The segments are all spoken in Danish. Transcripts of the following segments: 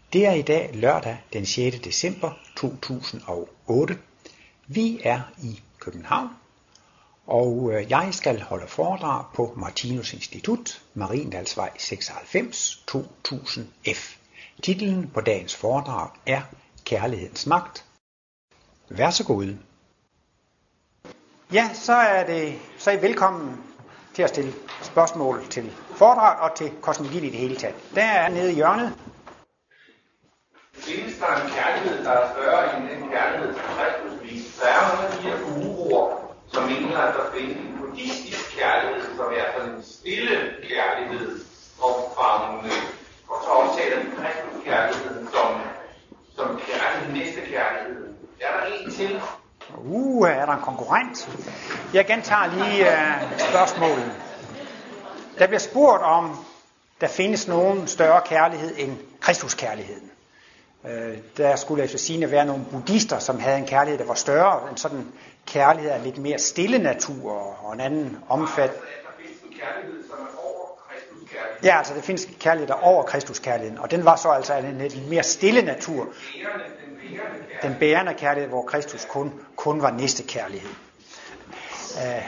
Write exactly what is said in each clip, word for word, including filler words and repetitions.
Det er i dag lørdag den sjette december to tusind og otte. Vi er i København, og jeg skal holde foredrag på Martinus Institut, Mariendalsvej seksoghalvfems to tusind F. Titlen på dagens foredrag er Kærlighedens magt. Vær så god. Ja, så er, det, så er I velkommen til at stille spørgsmål til foredrag og til kosmologien i det hele taget. Der er nede i hjørnet. Findes der en kærlighed, der er større end den kærlighed, som Kristus viste? Der er nogle af de her guruer, som mener, at der findes en buddhistisk kærlighed, som er sådan en stille kærlighed, omfavnende, og så omtaler de Kristus kærligheden som, som kærlighed, næste kærlighed. Er der en til? Uh, er der en konkurrent? Jeg gentager lige uh, spørgsmålet. Der bliver spurgt om, der findes nogen større kærlighed end Kristus kærligheden. Uh, der skulle efter sigende være nogle buddhister, som havde en kærlighed, der var større. En sådan kærlighed af lidt mere stille natur og en anden omfat. Altså, der findes en kærlighed, som er over Kristus kærligheden. Ja, altså der findes en kærlighed, der er over Kristus kærligheden. Og den var så altså en lidt mere stille natur. Den bærende kærlighed, hvor Kristus kun, kun var næste kærlighed. Uh,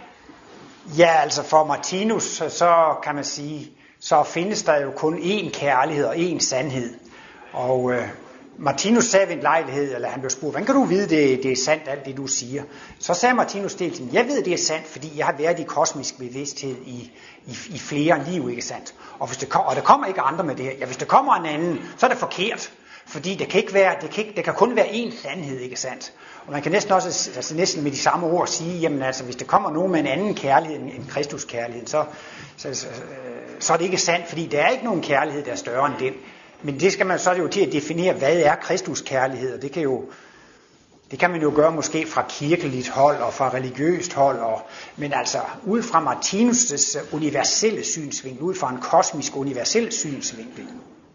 ja, altså for Martinus, så kan man sige, så findes der jo kun én kærlighed og én sandhed. Og uh, Martinus sagde ved en lejlighed, eller han blev spurgt, hvordan kan du vide, det, det er sandt, alt det du siger? Så sagde Martinus til, jeg ved, det er sandt, fordi jeg har været i kosmisk bevidsthed i, i, i flere liv, ikke sandt? Og, hvis det kom, og der kommer ikke andre med det her. Ja, hvis der kommer en anden, så er det forkert. Fordi det kan ikke være, det kan, ikke, det kan kun være én sandhed, ikke sandt? Og man kan næsten også, altså næsten med de samme ord sige, jamen altså, hvis der kommer nogen med en anden kærlighed end Kristus kærlighed, så, så, så, så er det ikke sandt, fordi der er ikke nogen kærlighed, der er større end den. Men det skal man så jo til at definere, hvad er Kristus kærlighed, og det kan jo, det kan man jo gøre måske fra kirkeligt hold og fra religiøst hold, og, men altså ud fra Martinus' universelle synsvinkel, ud fra en kosmisk universel synsvinkel,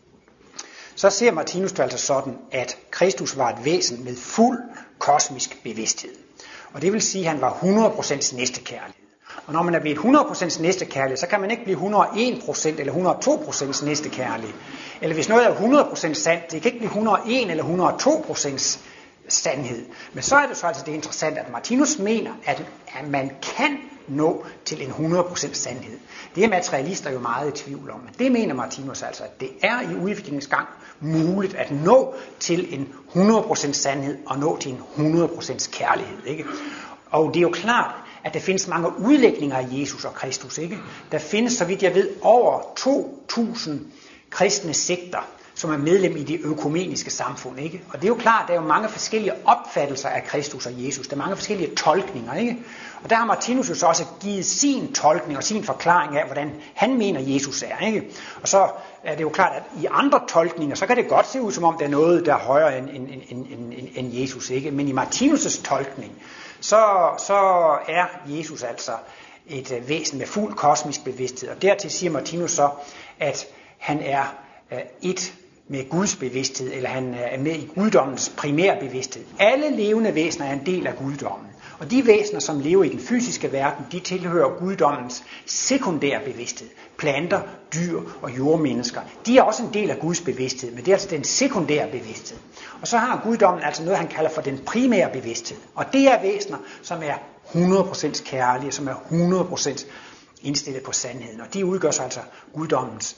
så ser Martinus det altså sådan, at Kristus var et væsen med fuld kosmisk bevidsthed. Og det vil sige, at han var hundrede procent næstekærlighed. Og når man er blevet hundrede procent næstekærlig, så kan man ikke blive hundrede og en procent eller hundrede og to procent næstekærlig. Eller hvis noget er hundrede procent sandt, det kan ikke blive hundrede og en eller hundrede og to procent sandhed. Men så er det så altså det interessante, at Martinus mener, at man kan nå til en hundrede procent sandhed. Det er materialister jo meget i tvivl om. Men det mener Martinus altså, at det er i udviklingsgang muligt at nå til en hundrede procent sandhed og nå til en hundrede procent kærlighed. Ikke? Og det er jo klart, at der findes mange udlægninger af Jesus og Kristus. Ikke? Der findes, så vidt jeg ved, over to tusind kristne sekter, som er medlem i det økumeniske samfund. Ikke? Og det er jo klart, at der er jo mange forskellige opfattelser af Kristus og Jesus. Der er mange forskellige tolkninger. Ikke? Og der har Martinus jo så også givet sin tolkning og sin forklaring af, hvordan han mener, Jesus er. Ikke? Og så er det jo klart, at i andre tolkninger, så kan det godt se ud, som om der er noget, der er højere end, end, end, end, end Jesus. Ikke? Men i Martinus' tolkning, så, så er Jesus altså et uh, væsen med fuld kosmisk bevidsthed. Og dertil siger Martinus så, at han er uh, et med Guds bevidsthed, eller han er med i guddommens primære bevidsthed. Alle levende væsener er en del af guddommen. Og de væsener, som lever i den fysiske verden, de tilhører guddommens sekundære bevidsthed. Planter, dyr og jordmennesker, de er også en del af Guds bevidsthed, men det er altså den sekundære bevidsthed. Og så har guddommen altså noget, han kalder for den primære bevidsthed. Og det er væsener, som er hundrede procent kærlige, som er hundrede procent indstillet på sandheden. Og de udgør sig altså guddommens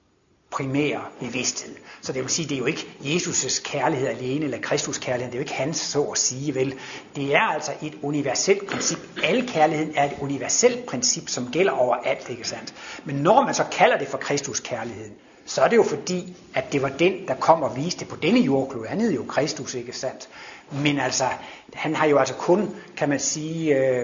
primære bevidsthed. Så det vil sige, det er jo ikke Jesus' kærlighed alene, eller Kristus kærlighed, det er jo ikke hans, så at sige, vel. Det er altså et universelt princip. Al kærligheden er et universelt princip, som gælder over alt, ikke sandt? Men når man så kalder det for Kristus kærligheden, så er det jo fordi, at det var den, der kom og viste det på denne jordklode. Han hed jo Kristus, ikke sandt? Men altså, han har jo altså kun, kan man sige, øh,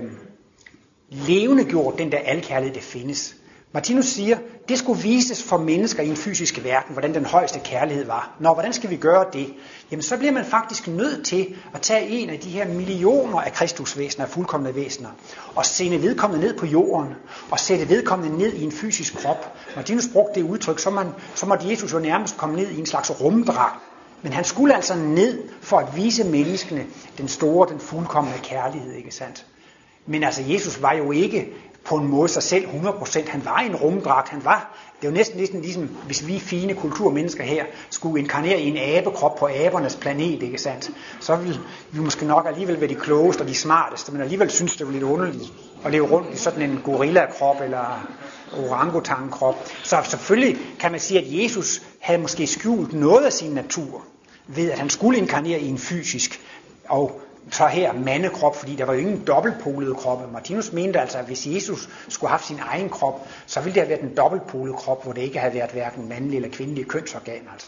levende gjort den der al kærlighed, det findes. Martinus siger, det skulle vises for mennesker i en fysisk verden, hvordan den højeste kærlighed var. Nå, hvordan skal vi gøre det? Jamen, så bliver man faktisk nødt til at tage en af de her millioner af kristusvæsener, af fuldkomne væsener, og sende vedkommende ned på jorden, og sætte vedkommende ned i en fysisk krop. Martinus brugte det udtryk, så, man, så måtte Jesus jo nærmest komme ned i en slags rumdragt. Men han skulle altså ned for at vise menneskene den store, den fuldkomne kærlighed, ikke sandt? Men altså, Jesus var jo ikke på en måde sig selv hundrede procent. Han var en rumdragt. Han var, det er jo næsten ligesom, ligesom, hvis vi fine kulturmennesker her skulle inkarnere i en abekrop på abernes planet, ikke sandt? Så ville vi måske nok alligevel være de klogeste og de smarteste, men alligevel synes det var lidt underligt at leve rundt i sådan en gorillakrop eller orangutankrop. Så selvfølgelig kan man sige, at Jesus havde måske skjult noget af sin natur ved, at han skulle inkarnere i en fysisk og så her mandekrop, fordi der var jo ingen dobbeltpolede kroppe. Martinus mente altså, at hvis Jesus skulle have haft sin egen krop, så ville det have været en dobbeltpolet krop, hvor det ikke havde været hverken mandlige eller kvindelige kønsorgan. Altså.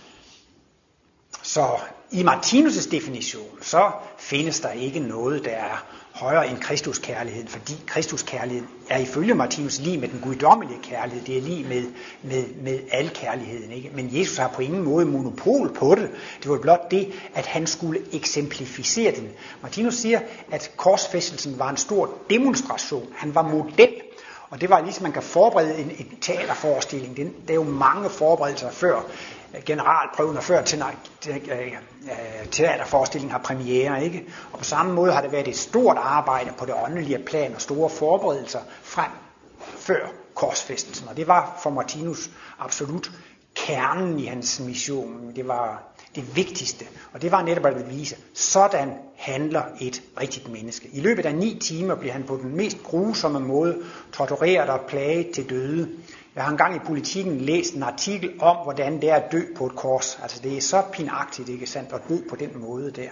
Så i Martinus' definition, så findes der ikke noget, der er højere end Kristuskærligheden, fordi Kristuskærligheden er ifølge Martinus lige med den guddommelige kærlighed, det er lige med, med, med al kærligheden. Ikke? Men Jesus har på ingen måde monopol på det. Det var blot det, at han skulle eksemplificere den. Martinus siger, at korsfæstelsen var en stor demonstration. Han var model. Og det var ligesom, man kan forberede en, en teaterforestilling. Det, det er jo mange forberedelser før generalprøven og før til, til, øh, teaterforestillingen har premiere, ikke? Og på samme måde har det været et stort arbejde på det åndelige plan og store forberedelser frem før korsfæstelsen. Og det var for Martinus absolut kernen i hans mission. Det var det vigtigste. Og det var netop at bevise, sådan handler et rigtigt menneske. I løbet af ni timer bliver han på den mest grusomme måde tortureret og plaget til døde. Jeg har engang i Politikken læst en artikel om, hvordan det er at dø på et kors. Altså det er så pinagtigt, ikke sandt, at dø på den måde der.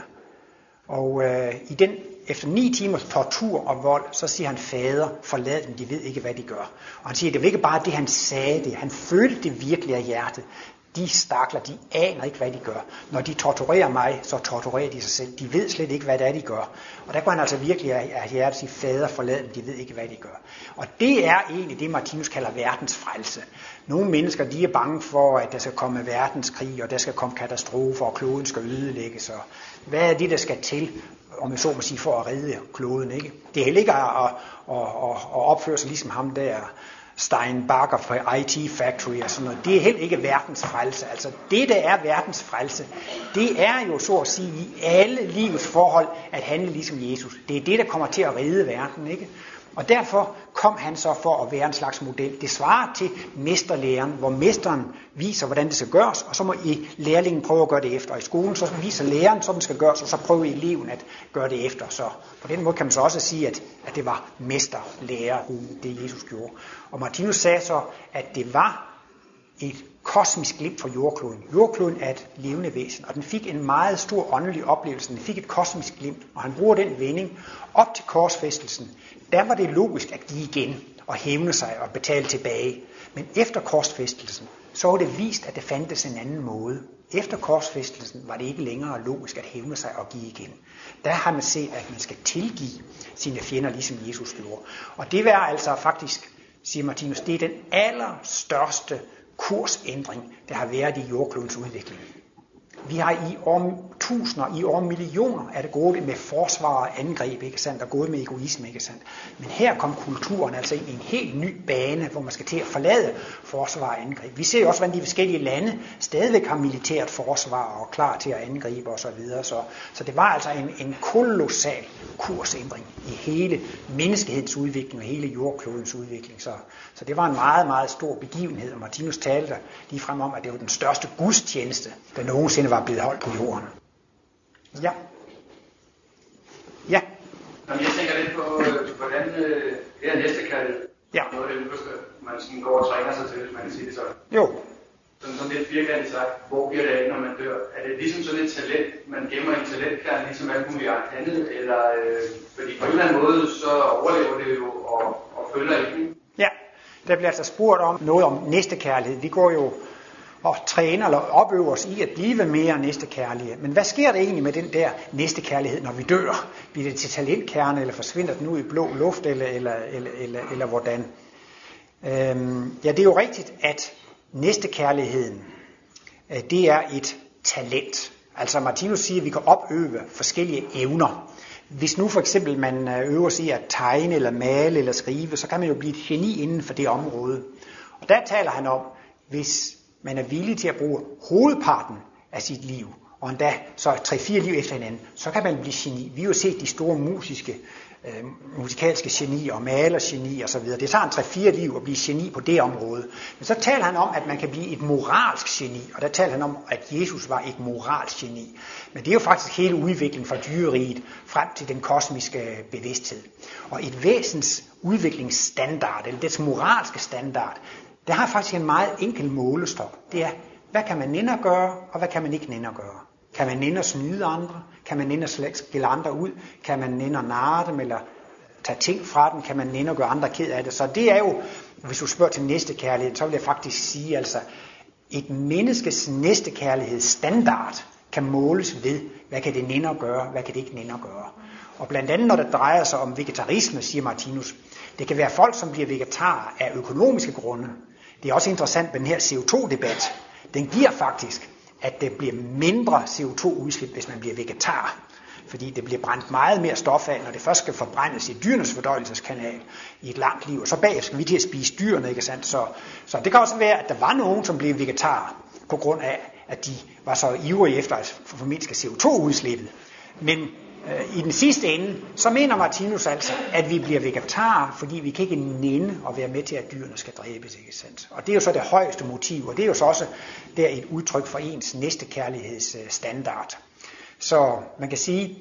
Og øh, i den, efter ni timers tortur og vold, så siger han, fader, forlad dem, de ved ikke, hvad de gør. Og han siger, det var ikke bare det, han sagde det. Han følte det virkelig af hjertet. De stakler, de aner ikke, hvad de gør. Når de torturerer mig, så torturerer de sig selv. De ved slet ikke, hvad det er, de gør. Og der går han altså virkelig af hjertet sige, fader, forlad dem, de ved ikke, hvad de gør. Og det er egentlig det, Martinus kalder verdens frelse. Nogle mennesker, de er bange for, at der skal komme verdenskrig, og der skal komme katastrofer, og kloden skal ødelægges. Og hvad er det, der skal til, om jeg så må sige, for at redde kloden, ikke? Det er heller ikke at, at, at, at opføre sig ligesom ham der, Steinbacher fra I T Factory og sådan noget. Det er heller ikke verdens frelse. Altså det, der er verdens frelse, det er jo så at sige i alle livets forhold at handle ligesom Jesus. Det er det, der kommer til at redde verden, ikke? Og derfor kom han så for at være en slags model. Det svarer til mesterlæren, hvor mesteren viser, hvordan det skal gøres, og så må I lærlingen prøve at gøre det efter. Og i skolen så viser læreren, sådan det skal gøres, og så prøver eleven at gøre det efter. Så på den måde kan man så også sige, at, at det var mesterlærer, det Jesus gjorde. Og Martinus sagde så, at det var et kosmisk glimt for jordkloden. Jordkloden er et levende væsen, og den fik en meget stor åndelig oplevelse. Den fik et kosmisk glimt, og han bruger den vending op til korsfæstelsen. Der var det logisk at give igen og hævne sig og betale tilbage. Men efter korsfæstelsen, så var det vist, at det fandtes en anden måde. Efter korsfæstelsen var det ikke længere logisk at hævne sig og give igen. Der har man set, at man skal tilgive sine fjender, ligesom Jesus gjorde. Og det var altså faktisk, siger Martinus, det er den allerstørste kursændring, der har været i jordklodens udvikling. Vi har i år tusinder, i år millioner, er det gået med forsvar og angreb, ikke sandt, og gået med egoisme, ikke sandt. Men her kom kulturen altså ind i en helt ny bane, hvor man skal til at forlade forsvar og angreb. Vi ser jo også, hvordan de forskellige lande stadigvæk har militært forsvar og klar til at angribe osv. Så, så det var altså en, en kolossal kursændring i hele menneskehedens udvikling og hele jordklodens udvikling. Så, så det var en meget, meget stor begivenhed, og Martinus talte lige frem om, at det var den største gudstjeneste, der nogensinde var blevet holdt på jorden. Ja. Ja. Jamen, jeg tænker lidt på, hvordan øh, det her næstekærlighed, ja. noget af det øverste, man sådan går og træner sig til, hvis man kan sige det sådan. Jo. Sådan, sådan lidt firkantigt sagt, hvor bliver det af, når man dør? Er det ligesom sådan et talent, man gemmer i en talentkern, ligesom alt muligt andet, eller øh, fordi på en eller anden måde, så overlever det jo og, og følger ikke? Ja, der bliver altså spurgt om noget om næstekærlighed. Vi går jo og træner eller opøver os i at blive mere næstekærlige. Men hvad sker der egentlig med den der næstekærlighed, når vi dør? Bliver det til talentkerne, eller forsvinder den ud i blå luft, eller, eller, eller, eller, eller hvordan? Øhm, ja, det er jo rigtigt, at næstekærligheden, det er et talent. Altså Martinus siger, at vi kan opøve forskellige evner. Hvis nu for eksempel man øver sig i at tegne, eller male, eller skrive, så kan man jo blive et geni inden for det område. Og der taler han om, hvis man er villig til at bruge hovedparten af sit liv, og endda så tre-fire liv efter hinanden, så kan man blive geni. Vi har jo set de store musiske øh, musikalske geni og malergeni og så videre. Det tager en tre fire liv at blive geni på det område. Men så taler han om, at man kan blive et moralsk geni, og der taler han om, at Jesus var et moralsk geni. Men det er jo faktisk hele udviklingen fra dyreriget frem til den kosmiske bevidsthed. Og et væsens udviklingsstandard, eller dets moralske standard, det har faktisk en meget enkel målestok. Det er, hvad kan man nænde at gøre, og hvad kan man ikke nænde at gøre? Kan man nænde at snyde andre? Kan man nænde at skille andre ud? Kan man nænde at narre dem, eller tage ting fra dem? Kan man nænde at gøre andre ked af det? Så det er jo, hvis du spørger til næstekærlighed, så vil jeg faktisk sige, altså, et menneskes næstekærlighedsstandard kan måles ved, hvad kan det nænde at gøre, hvad kan det ikke nænde at gøre. Og blandt andet, når det drejer sig om vegetarisme, siger Martinus, det kan være folk, som bliver vegetarer af økonomiske grunde. Det er også interessant med den her C O to debat. Den giver faktisk, at det bliver mindre C O to udslip, hvis man bliver vegetar. Fordi det bliver brændt meget mere stof af, når det først skal forbrændes i dyrenes fordøjelseskanal i et langt liv. Og så bagefter skal vi til at spise dyrene, ikke sandt? Så, så det kan også være, at der var nogen, som blev vegetarer, på grund af, at de var så ivrige efter at formindske C O to udslippet. Men øh, i den sidste ende, så mener Martinus altså, at vi bliver vegetarer, fordi vi kan ikke nænde at være med til, at dyrene skal dræbes, ikke sandt? Og det er jo så det højeste motiv, og det er jo så også der et udtryk for ens næstekærlighedsstandard. Så man kan sige,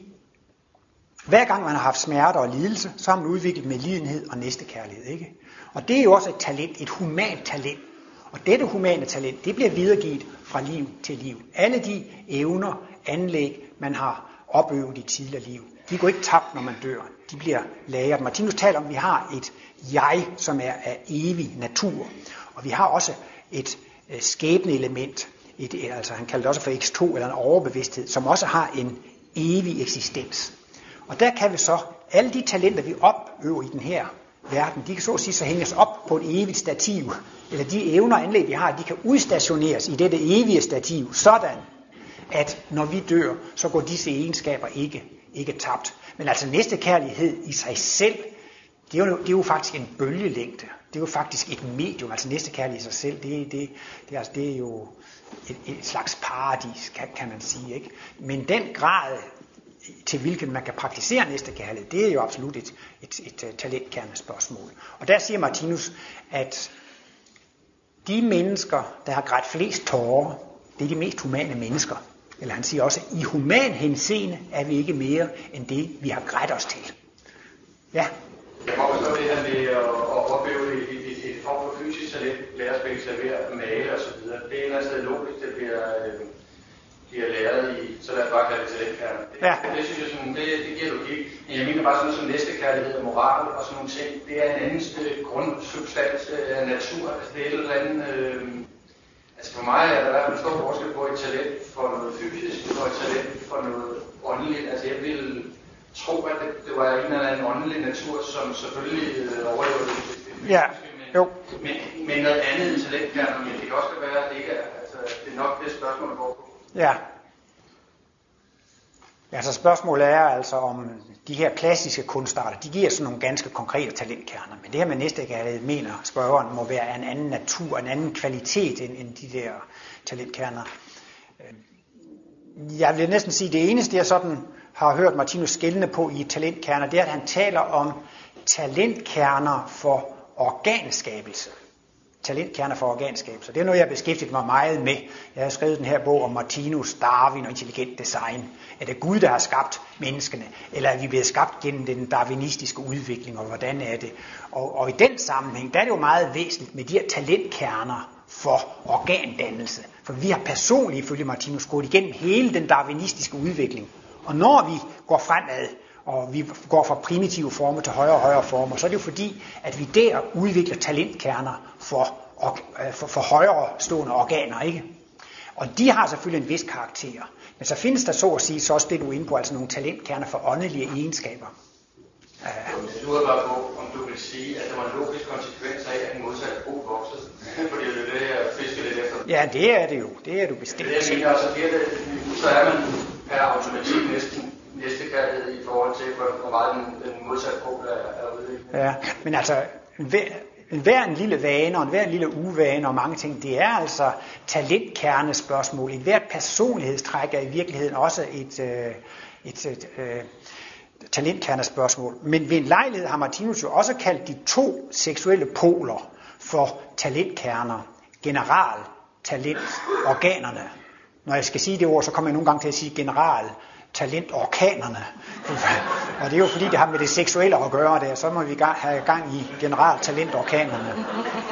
hver gang man har haft smerte og lidelse, så har man udviklet medlidenhed og næstekærlighed, ikke? Og det er jo også et talent, et humant talent. Og dette humane talent, det bliver videregivet fra liv til liv. Alle de evner, anlæg, man har opøvet i tidligere liv, de går ikke tabt, når man dør. De bliver lagret. Martinus taler om, at vi har et jeg, som er af evig natur. Og vi har også et øh, skæbneelement, et, altså han kalder det også for X to, eller en overbevidsthed, som også har en evig eksistens. Og der kan vi så, alle de talenter, vi opøver i den her verden, de kan så at sige så hænges op på et evigt stativ, eller de evner og anlæg, vi har, de kan udstationeres i dette evige stativ, sådan at når vi dør, så går disse egenskaber ikke, ikke tabt. Men altså næstekærlighed i sig selv, det er, jo, det er jo faktisk en bølgelængde. Det er jo faktisk et medium, altså næstekærlighed i sig selv, det, det, det, altså, det er jo et, et slags paradis, kan, kan man sige, ikke? Men den grad, til hvilken man kan praktisere næstekærlighed, det er jo absolut et, et, et, et talentkernespørgsmål. Og der siger Martinus, at de mennesker, der har grædt flest tårer, det er de mest humane mennesker. Eller han siger også, i human henseende er vi ikke mere end det, vi har grædt os til. Ja. Jeg må også det her med at opleve et, et, et form for fysisk talent, lære at spille klaver, male og så videre. Det er en eller anden sted logisk, det bliver, øh, bliver læret i, så lad os bare kalde det talentkerner. Det, ja. det synes jeg sådan, det, det giver logik. Men jeg mener bare sådan noget som næstekærlighed og moral og sådan nogle ting, det er en anden øh, grundsubstans af natur. Altså det er et eller andet, øh, altså for mig er der i hvert fald en stor forskel på et talent for noget fysisk og et talent for noget åndeligt. Altså jeg vil tro, at det, det var en eller anden åndelig natur, som selvfølgelig øh, overlever det fysiske, ja. men, jo. Men, men noget andet end talentkerner, men det kan også være, at det ikke er, altså det er nok det spørgsmål, der går på. Ja. Ja, så spørgsmålet er altså om de her klassiske kunstarter, de giver sådan nogle ganske konkrete talentkerner, men det her med næstekærlighed mener spørgeren må være en anden natur, en anden kvalitet end, end de der talentkerner. Jeg vil næsten sige, at det eneste jeg sådan har hørt Martinus skelne på i talentkerner, det er, at han taler om talentkerner for organskabelse. Talentkerner for organskabelse. Det er noget, jeg har beskæftiget mig meget med. Jeg har skrevet den her bog om Martinus, Darwin og intelligent design. Er det Gud, der har skabt menneskene, eller er vi blevet skabt gennem den darwinistiske udvikling, og hvordan er det? Og, og i den sammenhæng, der er det jo meget væsentligt med de her talentkerner for organdannelse. For vi har personligt, ifølge Martinus, gået igennem hele den darwinistiske udvikling. Og når vi går fremad, og vi går fra primitive former til højere og højere former, så er det jo fordi, at vi der udvikler talentkerner for, for, for højere stående organer, ikke? Og de har selvfølgelig en vis karakter. Men så findes der så at sige, så også det du er inde på, altså nogle talentkerner for åndelige egenskaber. Jeg lurer bare på, om du vil sige, at det var en logisk konsekvens af, at en modsat brug voksede. Fordi det er det, jeg fisker lidt efter. Ja, det er det jo. Det er du bestemt. Det er det, altså, det er det, så er man per automatik næsten næstekærlighed i forhold til, hvor meget den, den modsatte brug er, er udviklet. Ja, men altså, hver, hver en lille vane og hver en lille uvane og mange ting, det er altså talentkernespørgsmål. Et hvert personlighedstræk er i virkeligheden også et, et, et, et, talentkernespørgsmål. Men ved en lejlighed har Martinus jo også kaldt de to seksuelle poler for talentkerner, general talentorganerne. Når jeg skal sige det ord, så kommer jeg nogle gange til at sige general talentorkanerne. Og det er jo fordi, det har med det seksuelle at gøre der, så må vi have gang i general talentorkanerne.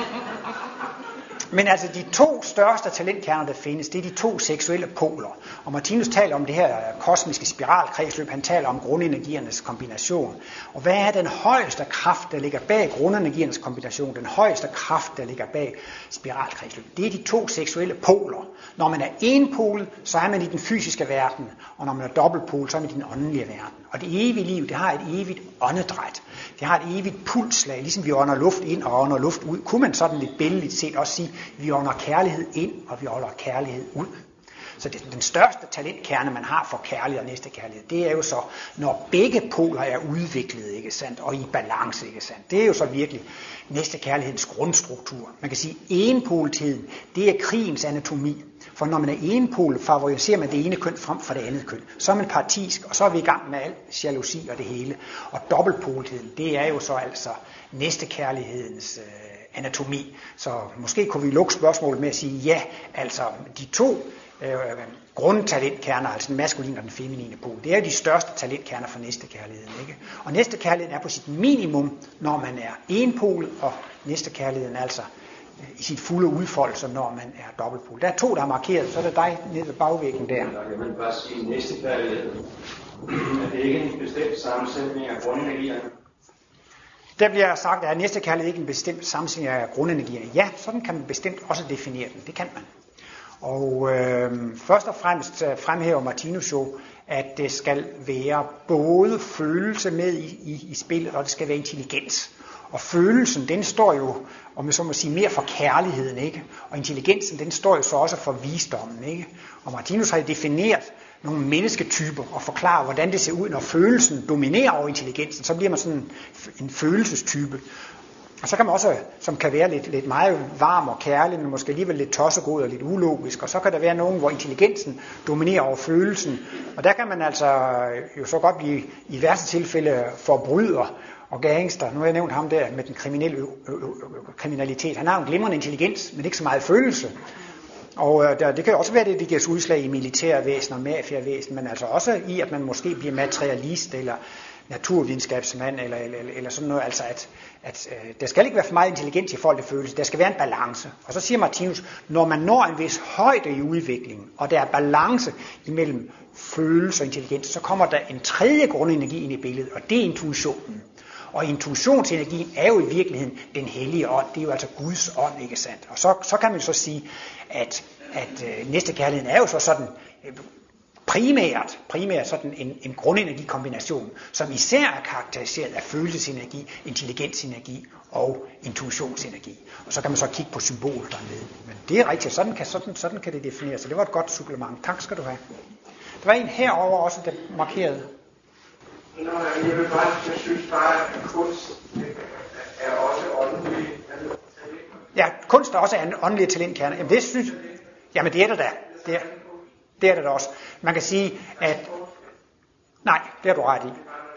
Men altså de to største talentkerner, der findes, det er de to seksuelle poler. Og Martinus taler om det her kosmiske spiralkredsløb, han taler om grundenergiernes kombination. Og hvad er den højeste kraft, der ligger bag grundenergiernes kombination? Den højeste kraft, der ligger bag spiralkredsløb. Det er de to seksuelle poler. Når man er enpolet, så er man i den fysiske verden. Og når man er dobbeltpolet, så er man i den åndelige verden. Og det evige liv, det har et evigt åndedræt. Det har et evigt pulslag, ligesom vi ånder luft ind og ånder luft ud. Kunne man sådan lidt billedligt set også sige, at vi ånder kærlighed ind, og vi ånder kærlighed ud. Så det, den største talentkerne, man har for kærlighed og næstekærlighed, det er jo så, når begge poler er udviklet, ikke sandt, og i balance, ikke sandt. Det er jo så virkelig næstekærlighedens grundstruktur. Man kan sige, at enpoletheden, det er krigens anatomi. For når man er enpolet, favoriserer man det ene køn frem for det andet køn. Så er man partisk, og så er vi i gang med al jalousi og det hele. Og dobbeltpoletheden, det er jo så altså næstekærlighedens øh, anatomi. Så måske kunne vi lukke spørgsmålet med at sige, ja, altså de to øh, grundtalentkerner, altså den maskuline og den feminine pol, det er jo de største talentkerner for næstekærligheden, ikke? Og næstekærligheden er på sit minimum, når man er enpolet, og næstekærligheden altså i sit fulde udfoldelse, når man er dobbeltpolet. Der er to, der er markeret, så er det dig nede ved bagvæggen der. Jeg vil bare sige, næstekærlighed, er det ikke en bestemt sammensætning af grundenergierne? Der bliver sagt, at næstekærlighed ikke en bestemt sammensætning af grundenergierne. Ja, sådan kan man bestemt også definere den. Det kan man. Og øh, først og fremmest fremhæver Martinus jo, at det skal være både følelse med i, i, i spillet, og det skal være intelligens. Og følelsen, den står jo, om jeg så må sige, mere for kærligheden, ikke? Og intelligensen, den står jo så også for visdommen, ikke? Og Martinus har defineret nogle mennesketyper og forklarer, hvordan det ser ud, når følelsen dominerer over intelligensen. Så bliver man sådan en følelsestype. Og så kan man også, som kan være lidt, lidt meget varm og kærlig, men måske alligevel lidt tossegod og lidt ulogisk. Og så kan der være nogen, hvor intelligensen dominerer over følelsen. Og der kan man altså jo så godt blive i værste tilfælde forbryder og gangster. Nu har jeg nævnt ham der med den kriminelle kriminalitet. Han har en glimrende intelligens, men ikke så meget følelse. Og øh, der, det kan også være, det, det giver sig udslag i militærvæsen og mafiavæsen, men altså også i, at man måske bliver materialist eller naturvidenskabsmand eller, eller, eller sådan noget. Altså, at, at øh, der skal ikke være for meget intelligens i forhold til følelse. Der skal være en balance. Og så siger Martinus, når man når en vis højde i udviklingen, og der er balance imellem følelse og intelligens, så kommer der en tredje grundenergi ind i billedet, og det er intuitionen. Og intuitionsenergien er jo i virkeligheden den hellige ånd. Det er jo altså Guds ånd, ikke sandt? Og så, så kan man så sige, at, at øh, næstekærligheden er jo så sådan øh, primært, primært sådan en, en grundenergikombination, som især er karakteriseret af følelsesenergi, intelligensenergi og intuitionsenergi. Og så kan man så kigge på symbolet dernede. Men det er rigtigt, sådan kan, sådan, sådan kan det defineres. Så det var et godt supplement. Tak skal du have. Der var en herover også, der markerede. Nå, jeg vil bare, jeg synes bare, at kunst er også åndelig. Ja, kunst er også en åndelig talentkerne. Jamen det synes jamen det er det da. Det er, det er det da også. Man kan sige, at nej, det har du ret i.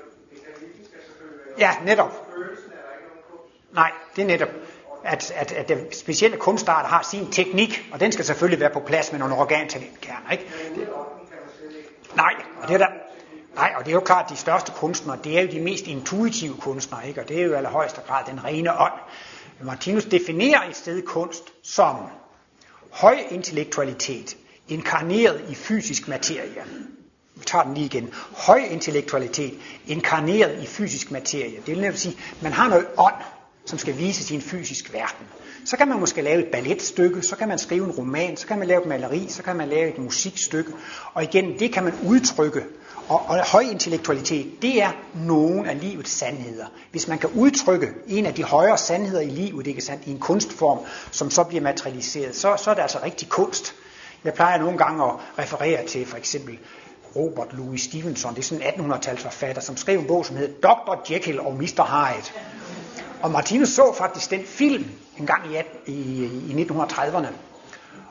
Ja, netop. Nej, det er netop, at, at, at det specielle kunstart har sin teknik, og den skal selvfølgelig være på plads med nogle organtalentkerner, ikke? Det, nej, og det er der. Nej, og det er jo klart, at de største kunstnere, det er jo de mest intuitive kunstnere, ikke? Og det er jo i allerhøjeste grad den rene ånd. Martinus definerer i stedet kunst som høj intellektualitet, inkarneret i fysisk materie. Vi tager den lige igen. Høj intellektualitet, inkarneret i fysisk materie. Det vil nemlig sige, at man har noget ånd, som skal vises i en fysisk verden. Så kan man måske lave et balletstykke, så kan man skrive en roman, så kan man lave et maleri, så kan man lave et musikstykke. Og igen, det kan man udtrykke. Og, og høj intellektualitet, det er nogle af livets sandheder. Hvis man kan udtrykke en af de højere sandheder i livet, ikke sandt, i en kunstform, som så bliver materialiseret, så, så er det altså rigtig kunst. Jeg plejer nogle gange at referere til for eksempel Robert Louis Stevenson, det er sådan en attenhundredetalls forfatter, som skrev en bog, som hedder doktor Jekyll og mister Hyde. Og Martinus så faktisk den film en gang i, i, i nitten trediverne.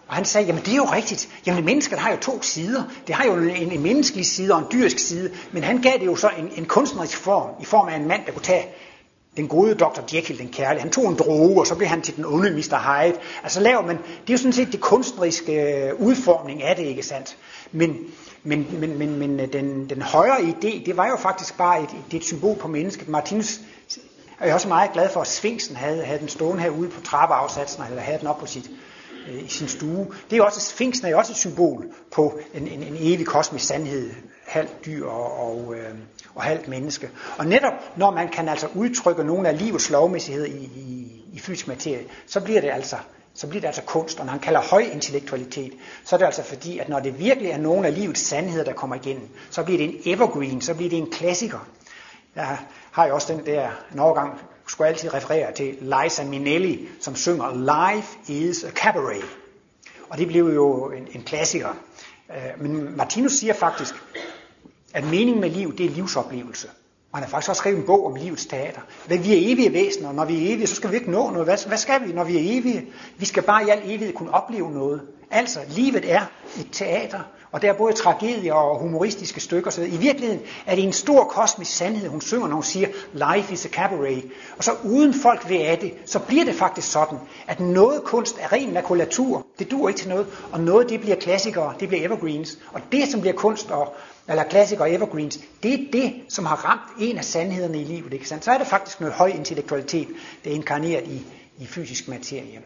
Og han sagde, jamen det er jo rigtigt. Jamen mennesket har jo to sider. Det har jo en, en menneskelig side og en dyrisk side. Men han gav det jo så en, en kunstnerisk form, i form af en mand, der kunne tage den gode doktor Jekyll, den kærlige. Han tog en droge, og så blev han til den onde mister Hyde. Altså laver man, det er jo sådan set det kunstneriske udformning af det, ikke sandt? Men, men, men, men, men den, den højere idé, det var jo faktisk bare et, et, et symbol på mennesket. Martinus er jeg også meget glad for, at Sfinksen havde, havde den stående herude på trappeafsatsen, eller havde den op på sit, øh, i sin stue. Det er jo også, Sfinksen er jo også et symbol på en, en, en evig kosmisk sandhed, halvt dyr og, og, øh, og halvt menneske. Og netop når man kan altså udtrykke nogle af livets lovmæssigheder i, i, i fysisk materie, så bliver det altså så bliver det altså kunst. Og når han kalder høj intellektualitet, så er det altså fordi, at når det virkelig er nogle af livets sandheder, der kommer igennem, så bliver det en evergreen, så bliver det en klassiker. Jeg har jo også den der, en overgang skulle jeg altid referere til Liza Minnelli, som synger Life is a Cabaret. Og det blev jo en, en klassiker. Men Martinus siger faktisk, at meningen med liv, det er livsoplevelse. Og han har faktisk også skrevet en bog om livets teater. Vi er evige væsener, og når vi er evige, så skal vi ikke nå noget. Hvad, hvad skal vi, når vi er evige? Vi skal bare i al evighed kunne opleve noget. Altså, livet er et teater, og der er både tragedier og humoristiske stykker. Så i virkeligheden er det en stor kosmisk sandhed, hun synger, når hun siger, life is a cabaret. Og så uden folk ved af det, så bliver det faktisk sådan, at noget kunst er ren makulatur. Det duer ikke til noget, og noget det bliver klassikere, det bliver evergreens. Og det, som bliver kunst og eller klassikere og evergreens, det er det, som har ramt en af sandhederne i livet. Ikke sandt? Så er det faktisk noget høj intellektualitet, der er inkarneret i, i fysisk materie.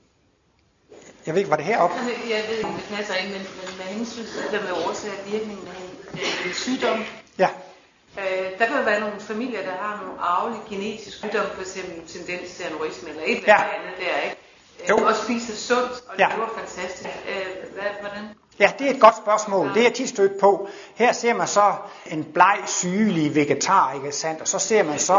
Jeg ved ikke, var det heroppe? Jeg ved ikke, om det passer ikke, men, men med hensyn til det der med årsag og virkning af en, en sygdom. Ja. Øh, der kan jo være nogle familier, der har nogle arvelige genetiske sygdomme, for eksempel tendens til aneurisme eller et eller ja. andet der, ikke? Jo. Og spiser sundt, og ja. lever fantastisk. Øh, hvad, hvordan? Ja, det er et godt spørgsmål. Det er tit stødt på. Her ser man så en bleg, sygelig vegetar, ikke sandt? Og så ser man så...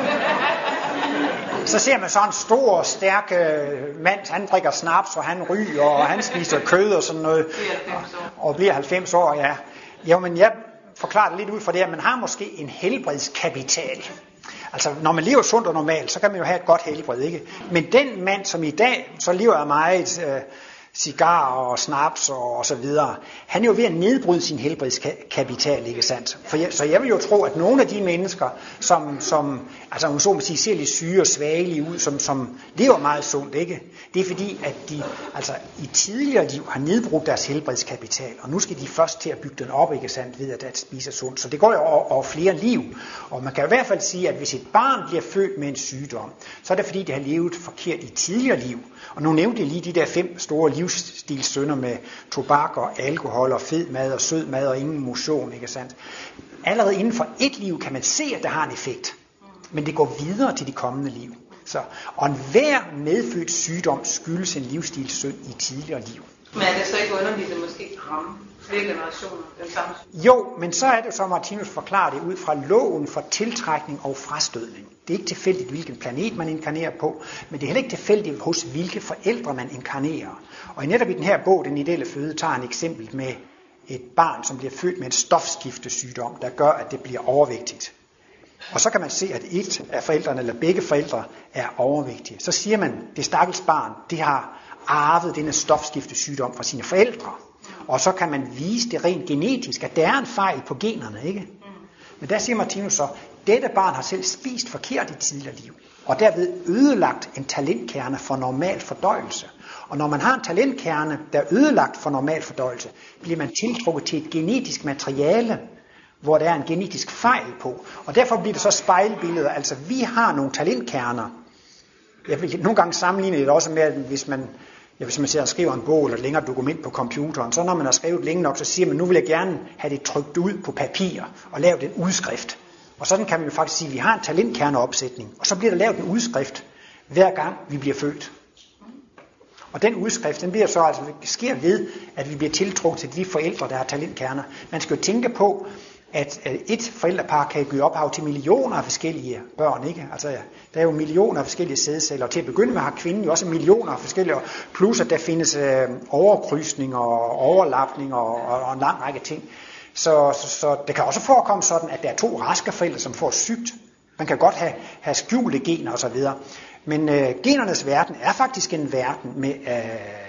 Så ser man så en stor, stærk mand, han drikker snaps, og han ryger, og han spiser kød og sådan noget. Og, og bliver halvfems år, ja. Jo, men jeg forklarer det lidt ud fra det, at man har måske en helbredskapital. Altså, når man lever sundt og normalt, så kan man jo have et godt helbred, ikke? Men den mand, som i dag, så lever af meget... Øh, cigar og snaps og, og så videre. Han er jo ved at nedbryde sin helbredskapital, ikke sandt? For jeg, så jeg vil jo tro, at nogle af de mennesker, som, som altså man så må sige, ser lidt syge og svagelige ud, som, som lever meget sundt, ikke? Det er fordi, at de altså i tidligere liv har nedbrudt deres helbredskapital, og nu skal de først til at bygge den op, ikke sandt, ved at, at spise sundt. Så det går jo over, over flere liv. Og man kan i hvert fald sige, at hvis et barn bliver født med en sygdom, så er det fordi, det har levet forkert i tidligere liv. Og nu nævnte jeg lige de der fem store livsstilssynder med tobak og alkohol og fed mad og sød mad og ingen motion, ikke sandt? Allerede inden for et liv kan man se, at det har en effekt. Men det går videre til de kommende liv. Så, og enhver medfødt sygdom skyldes en livsstilssynd i tidligere liv. Men er det så ikke underligt, at måske ramme flere generationer den samme sygdom? Jo, men så er det som Martinus forklarer det ud fra loven for tiltrækning og frastødning. Det er ikke tilfældigt, hvilken planet man inkarnerer på, men det er heller ikke tilfældigt, hos hvilke forældre man inkarnerer. Og netop i den her bog, Den ideelle føde, tager han eksempel med et barn, som bliver født med en stofskiftesygdom, der gør, at det bliver overvægtigt. Og så kan man se, at et af forældrene, eller begge forældre, er overvægtige. Så siger man, at det stakkels barn, det har arvet denne stofskiftesygdom fra sine forældre. Og så kan man vise det rent genetisk, at der er en fejl på generne, ikke? Men der siger Martinus så, dette barn har selv spist forkert i tidligere liv, og derved ødelagt en talentkerne for normal fordøjelse. Og når man har en talentkerne, der er ødelagt for normal fordøjelse, bliver man tiltrukket til et genetisk materiale, hvor der er en genetisk fejl på. Og derfor bliver det så spejlbilleder. Altså, vi har nogle talentkerner. Jeg vil nogle gange sammenligne det også med, at hvis man, ja, hvis man sidder og skriver en bog eller et længere dokument på computeren, så når man har skrevet længe nok, så siger man, nu vil jeg gerne have det trykt ud på papir og lavet en udskrift. Og sådan kan man jo faktisk sige, at vi har en talentkerneopsætning, og så bliver der lavet en udskrift, hver gang vi bliver født. Og den udskrift, den bliver så altså, sker ved, at vi bliver tiltrukket til de forældre, der har talentkerner. Man skal jo tænke på, at et forældrepar kan give ophav til millioner af forskellige børn, ikke? Altså, der er jo millioner af forskellige sædceller, og til at begynde med har kvinden jo også millioner af forskellige, plus at der findes øh, overkrydsning og overlapning og, og, og en lang række ting. Så, så, så det kan også forekomme sådan, at der er to raske forældre, som får sygt. Man kan godt have, have skjulte gener osv. Men øh, genernes verden er faktisk en verden med, øh,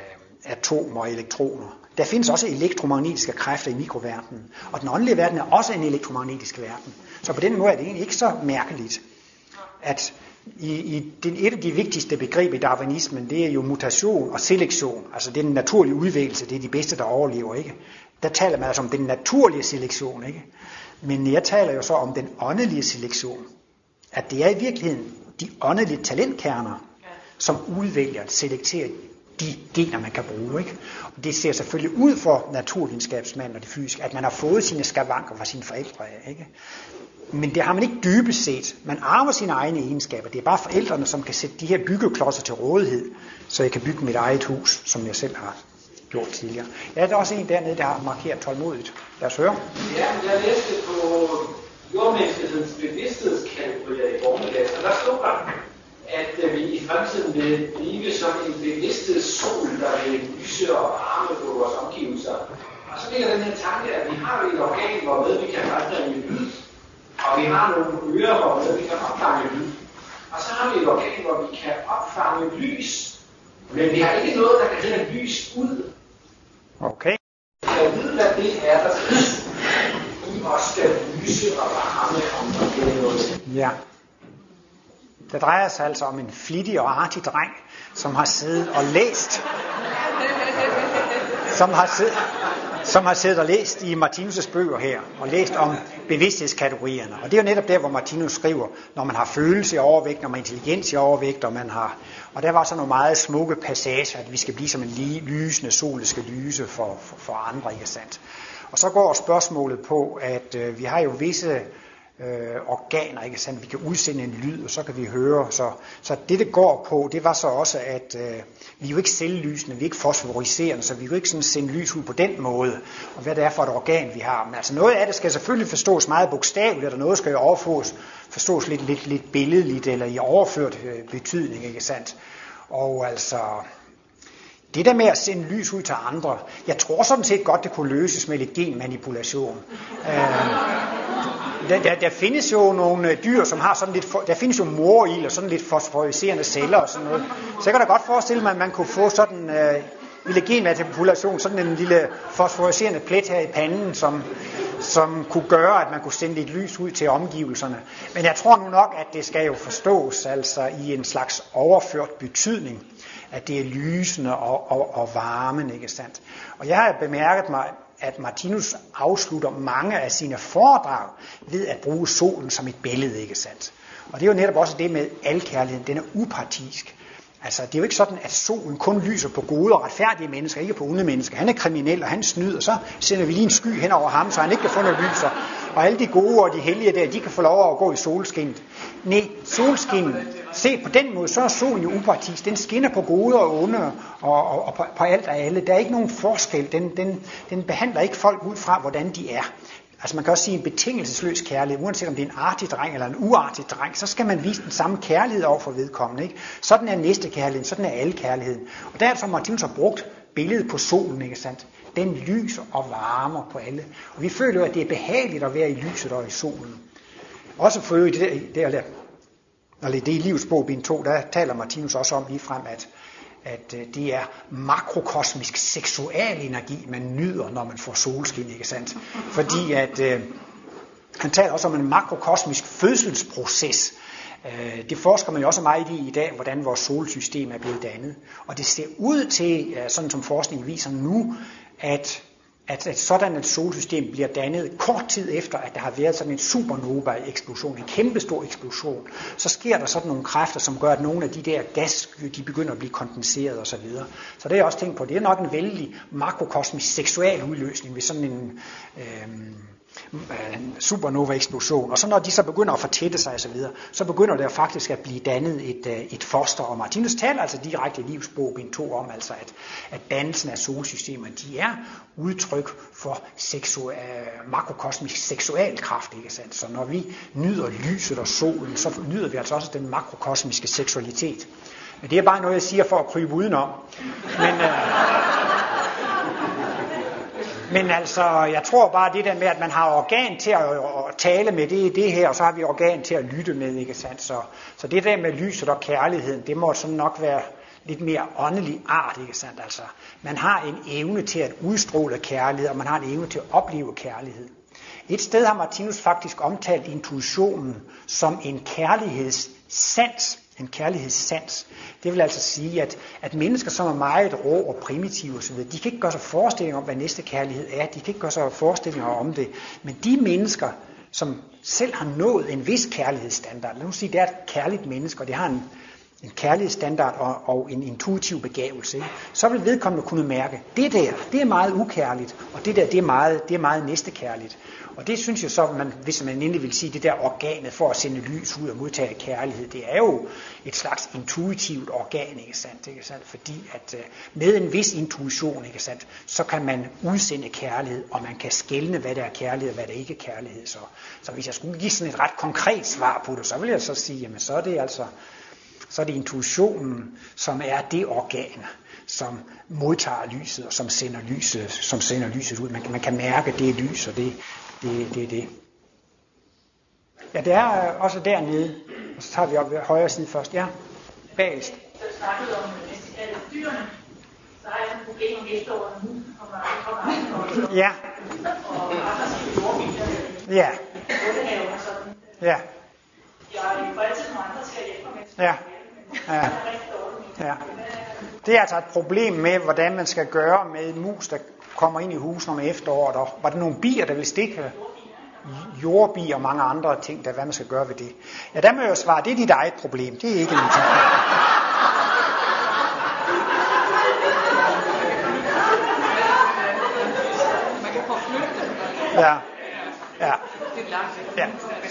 atomer og elektroner. Der findes også elektromagnetiske kræfter i mikroverdenen, og den åndelige verden er også en elektromagnetisk verden. Så på den måde er det egentlig ikke så mærkeligt, at i, i den, et af de vigtigste begreber i darwinismen, det er jo mutation og selektion, altså det er den naturlige udvælgelse, det er de bedste, der overlever, ikke? Der taler man altså om den naturlige selektion, ikke? Men jeg taler jo så om den åndelige selektion, at det er i virkeligheden de åndelige talentkerner, som udvælger, selekterer de gener, man kan bruge, ikke? Og det ser selvfølgelig ud for naturvidenskabsmanden og det fysiske, at man har fået sine skavanker fra sine forældre, ikke? Men det har man ikke dybest set. Man arver sine egne egenskaber. Det er bare forældrene, som kan sætte de her byggeklodser til rådighed, så jeg kan bygge mit eget hus, som jeg selv har gjort tidligere. Ja, der er også en dernede, der har markeret tålmodigt. Lad os høre. Ja, jeg læste på jordmenneskets bevidsthedskategorier i formiddags, og der stod der, at vi i fremtiden vil blive som en bevidsthed sol, der vil lyse og varme på vores omgivelser. Og så ligger den her tanke, at vi har et organ, hvormed vi kan fremfange lyd, og vi har nogle ører, hvormed vi kan opfange lyd. Og så har vi et organ, hvor vi kan opfange lys, men vi har ikke noget, der kan sende lys ud. Okay. Jeg ved, hvad det er, der i os skal lyse og varme, om der er noget. Ja. Det drejer sig altså om en flittig og artig dreng, som har siddet og læst, som har siddet, som har siddet og læst i Martinus' bøger her, og læst om bevidsthedskategorierne. Og det er jo netop der, hvor Martinus skriver, når man har følelse i overvægt, når man har intelligens i overvægt, og man har... Og der var så nogle meget smukke passager, at vi skal blive som en lysende sol, der skal lyse for, for, for andre, ikke sandt? Og så går spørgsmålet på, at øh, vi har jo visse øh, organer, ikke sandt? Vi kan udsende en lyd, og så kan vi høre. Så, så det, det går på, det var så også, at øh, vi er jo ikke selvlysende, vi er ikke fosforiserende, så vi kan jo ikke sådan sende lys ud på den måde, og hvad det er for et organ, vi har. Men altså noget af det skal selvfølgelig forstås meget bogstaveligt, og noget skal jo overfås, forstås lidt, lidt, lidt billedligt, eller i overført øh, betydning, ikke sandt? Og altså... Det der med at sende lys ud til andre, jeg tror sådan set godt, det kunne løses med lidt genmanipulation. Øh, der, der, der findes jo nogle dyr, som har sådan lidt, for, der findes jo morild og sådan lidt fosforiserende celler og sådan noget. Så jeg kan da godt forestille mig, at man kunne få sådan øh, lille genmanipulation, sådan en lille fosforiserende plet her i panden, som, som kunne gøre, at man kunne sende lidt lys ud til omgivelserne. Men jeg tror nu nok, at det skal jo forstås altså i en slags overført betydning, at det er lysende og, og, og varmen, ikke sandt? Og jeg har bemærket mig, at Martinus afslutter mange af sine foredrag ved at bruge solen som et billede, ikke sandt? Og det er jo netop også det med alkærligheden, den er upartisk. Altså, det er jo ikke sådan, at solen kun lyser på gode og retfærdige mennesker, ikke på onde mennesker. Han er kriminel, og han snyder, så sender vi lige en sky hen over ham, så han ikke kan få noget lys. Og alle de gode og de hellige der, de kan få lov at gå i solskinnet. Nej, solskinnet, se på den måde, så er solen jo upartisk. Den skinner på gode og onde, og, og, og på, på alt og alle. Der er ikke nogen forskel. Den, den, den behandler ikke folk ud fra, hvordan de er. Altså man kan også sige en betingelsesløs kærlighed, uanset om det er en artig dreng eller en uartig dreng, så skal man vise den samme kærlighed over for vedkommende, ikke? Sådan er næste kærligheden, sådan er alle kærligheden. Og der er altså Martinus har brugt billedet på solen, ikke sandt? Den lyser og varmer på alle. Og vi føler jo, at det er behageligt at være i lyset og i solen. Også for øvrigt, det der, der, når det er i Livets bog, bind to, der taler Martinus også om lige frem, at at det er makrokosmisk seksual energi, man nyder, når man får solskin, ikke sandt? Fordi at øh, han taler også om en makrokosmisk fødselsproces. Øh, det forsker man jo også meget i i dag, hvordan vores solsystem er blevet dannet. Og det ser ud til, sådan som forskningen viser nu, at at, at sådan et solsystem bliver dannet kort tid efter, at der har været sådan en supernova-eksplosion, en kæmpestor eksplosion, så sker der sådan nogle kræfter, som gør, at nogle af de der gas, de begynder at blive kondenseret osv. Så, videre. Så det er jeg også tænkt på, det er nok en vældig makrokosmisk seksual udløsning ved sådan en, øh, en supernova-eksplosion. Og så når de så begynder at fortætte sig osv., så, så begynder der faktisk at blive dannet et, et foster. Og Martinus taler altså direkte i Livets bog, bind to, om altså, at, at dannelsen af solsystemer, de er udtryk for seksual, makrokosmisk seksualkraft, ikke sandt? Så når vi nyder lyset og solen, så nyder vi altså også den makrokosmiske seksualitet. Men det er bare noget, jeg siger for at krybe udenom. Men, øh, men altså, jeg tror bare det der med, at man har organ til at, at tale med, det er det her, og så har vi organ til at lytte med, ikke sandt? Så, så det der med lyset og kærligheden, det må sådan nok være lidt mere åndelig art, ikke sandt? Altså, man har en evne til at udstråle kærlighed, og man har en evne til at opleve kærlighed. Et sted har Martinus faktisk omtalt intuitionen som en kærlighedssans. En kærlighedssans. Det vil altså sige, at, at mennesker, som er meget rå og primitive osv., de kan ikke gøre sig forestillinger om, hvad næste kærlighed er. De kan ikke gøre sig forestillinger om det. Men de mennesker, som selv har nået en vis kærlighedsstandard, lad os sige, det er et kærligt menneske, og det har en, en kærlighedsstandard og, og en intuitiv begævelse, ikke? Så vil vedkommende kunne mærke, det der, det er meget ukærligt, og det der, det er meget, det er meget næstekærligt. Og det synes jeg så, man, hvis man endelig vil sige, det der organet for at sende lys ud og modtage kærlighed, det er jo et slags intuitivt organ, ikke sandt? Ikke sandt? Fordi at uh, med en vis intuition, ikke sandt, så kan man udsende kærlighed, og man kan skelne, hvad der er kærlighed og hvad der ikke er kærlighed. Så, så hvis jeg skulle give sådan et ret konkret svar på det, så vil jeg så sige, jamen så er det altså så er det intuitionen, som er det organ, som modtager lyset og som sender lyset, som sender lyset ud. Man, man kan mærke, det er lys, og det det det det. Ja, det er også dernede. Og så tager vi op ved højre side først. Ja, bagest. Så snakkede om næstekærlighed dyrene. Så har jeg et problem om efteråret nu, og man kommer ind. Ja. Og andre skal jordbiler. Ja. Røddehaven og sådan. Ja. Jeg får altid nogle andre til at hjælpe mig med. Ja. Ja. Ja. Det er altså et problem med, hvordan man skal gøre med mus, der kommer ind i huset om efteråret. Og var der nogle bier, der vil stikke? Jordbier og mange andre ting, der hvad man skal gøre ved det. Ja, der må jeg jo svare, det er dit eget problem. Det er ikke noget. Man kan forflytte dem. Ja. Ja. Det er langt. Ja.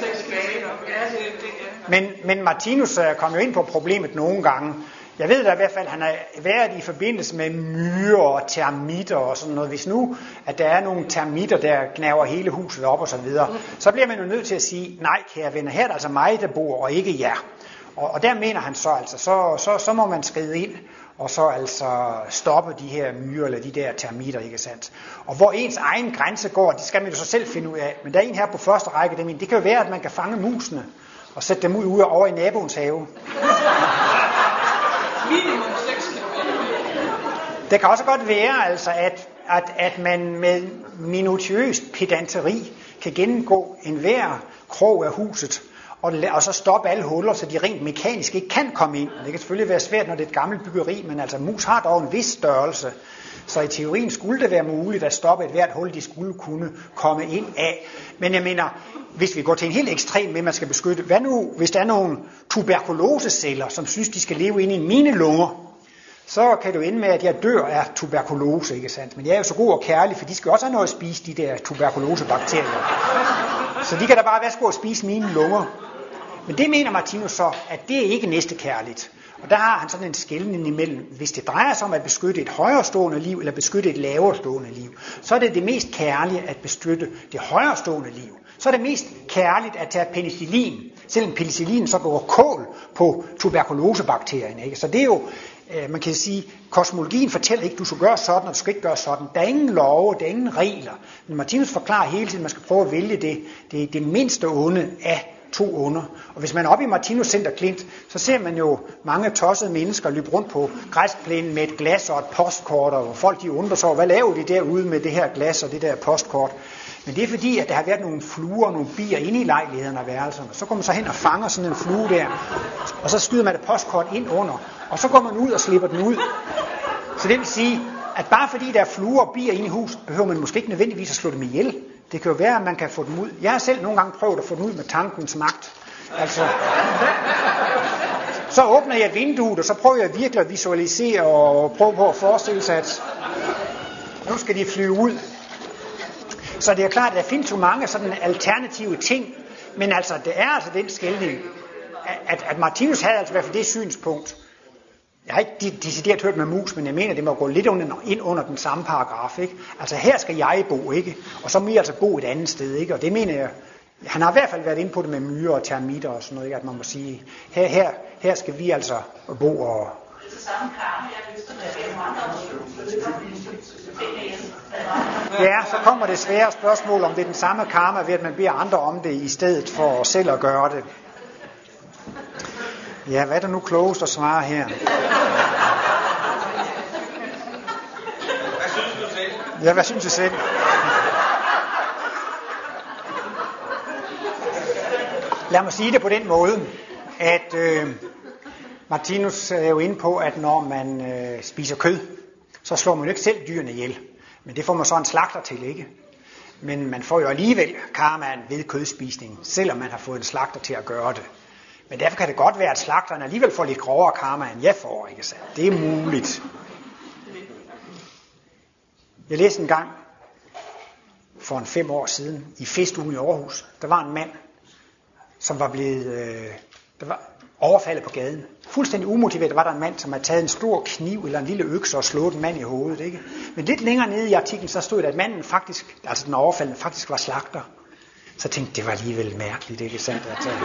Ja. Men, men Martinus kom jo ind på problemet nogle gange. Jeg ved da i hvert fald, at han har været i forbindelse med myrer og termitter og sådan noget. Hvis nu, at der er nogle termitter, der gnaver hele huset op og så videre, så bliver man jo nødt til at sige, nej kære venner, her er der altså mig, der bor, og ikke jer. Og, og der mener han så altså, så, så, så må man skride ind og så altså stoppe de her myrer eller de der termitter, ikke sandt? Og hvor ens egen grænse går, det skal man jo så selv finde ud af. Men der er en her på første række, der mener, det kan jo være, at man kan fange musene og sætte dem ud, ud over i naboens have. Minimum seks kilometer. Det kan også godt være, altså, at, at, at man med minutiøst pedanteri kan gennemgå enhver krog af huset, og, og så stoppe alle huller, så de rent mekanisk ikke kan komme ind. Det kan selvfølgelig være svært, når det er et gammelt byggeri, men altså mus har dog en vis størrelse. Så i teorien skulle det være muligt at stoppe et hvert hul, de skulle kunne komme ind af. Men jeg mener, hvis vi går til en helt ekstrem med, man skal beskytte, hvad nu, hvis der er nogle tuberkuloseceller, som synes, de skal leve inde i mine lunger, så kan det jo ende med, at jeg dør af tuberkulose, ikke sandt? Men jeg er jo så god og kærlig, for de skal også have noget at spise, de der tuberkulosebakterier. Så de kan da bare værsgo at spise mine lunger. Men det mener Martinus så, at det er ikke næstekærligt. Og der har han sådan en skelnen imellem, hvis det drejer sig om at beskytte et højerestående liv, eller beskytte et laverestående liv, så er det det mest kærlige at beskytte det højerestående liv. Så er det mest kærligt at tage penicillin, selvom penicillin så går kål på tuberkulosebakterierne. Ikke? Så det er jo, man kan sige, kosmologien fortæller ikke, du skal gøre sådan, og du skal ikke gøre sådan. Der er ingen love, der er ingen regler. Men Martinus forklarer hele tiden, at man skal prøve at vælge det, det, det mindste onde af to onder. Og hvis man er oppe i Martinus Center Klint, så ser man jo mange tossede mennesker løbe rundt på græsplænen med et glas og et postkort, og folk de undrer sig over, hvad laver de derude med det her glas og det der postkort? Men det er fordi, at der har været nogle fluer og nogle bier inde i lejligheden og værelserne. Så går man så hen og fanger sådan en flue der, og så skyder man et postkort ind under, og så går man ud og slipper den ud. Så det vil sige, at bare fordi der er fluer og bier inde i huset, behøver man måske ikke nødvendigvis at slå dem ihjel. Det kan jo være, at man kan få dem ud. Jeg har selv nogle gange prøvet at få dem ud med tankens magt. Altså, så åbner jeg vinduet, og så prøver jeg virkelig at visualisere og prøve på at forestille sig, at nu skal de flyve ud. Så det er klart, at der findes jo mange sådan alternative ting, men altså, det er altså den skelning, at, at Martinus havde altså i hvert fald det synspunkt. Jeg har ikke decideret hørt med mus, men jeg mener, det må gå lidt under, ind under den samme paragraf, ikke? Altså, her skal jeg bo, ikke? Og så må jeg altså bo et andet sted, ikke? Og det mener jeg, han har i hvert fald været inde på det med myrer og termitter og sådan noget, ikke? At man må sige, her, her, her skal vi altså bo og... Det er samme karma, jeg lyster med, ja, så kommer det svære spørgsmål, om det er den samme karma, ved at man beder andre om det, i stedet for selv at gøre det. Ja, hvad er der nu klogest at svare her? Ja, hvad synes du selv? Lad mig sige det på den måde, at øh, Martinus er jo inde på, at når man øh, spiser kød, så slår man jo ikke selv dyrene ihjel. Men det får man så en slagter til, ikke? Men man får jo alligevel karmaen ved kødspisning, selvom man har fået en slagter til at gøre det. Men derfor kan det godt være, at slagteren alligevel får lidt grovere karma, end jeg får, ikke sandt? Det er muligt. Jeg læste en gang for en fem år siden i festugen i Aarhus. Der var en mand, som var blevet øh, der var overfaldet på gaden. Fuldstændig umotiveret var der en mand, som havde taget en stor kniv eller en lille økse og slået en mand i hovedet. Ikke? Men lidt længere nede i artiklen, så stod der, at manden faktisk, altså den overfaldende, faktisk var slagter. Så jeg tænkte, det var alligevel mærkeligt, ikke sandt? At, uh...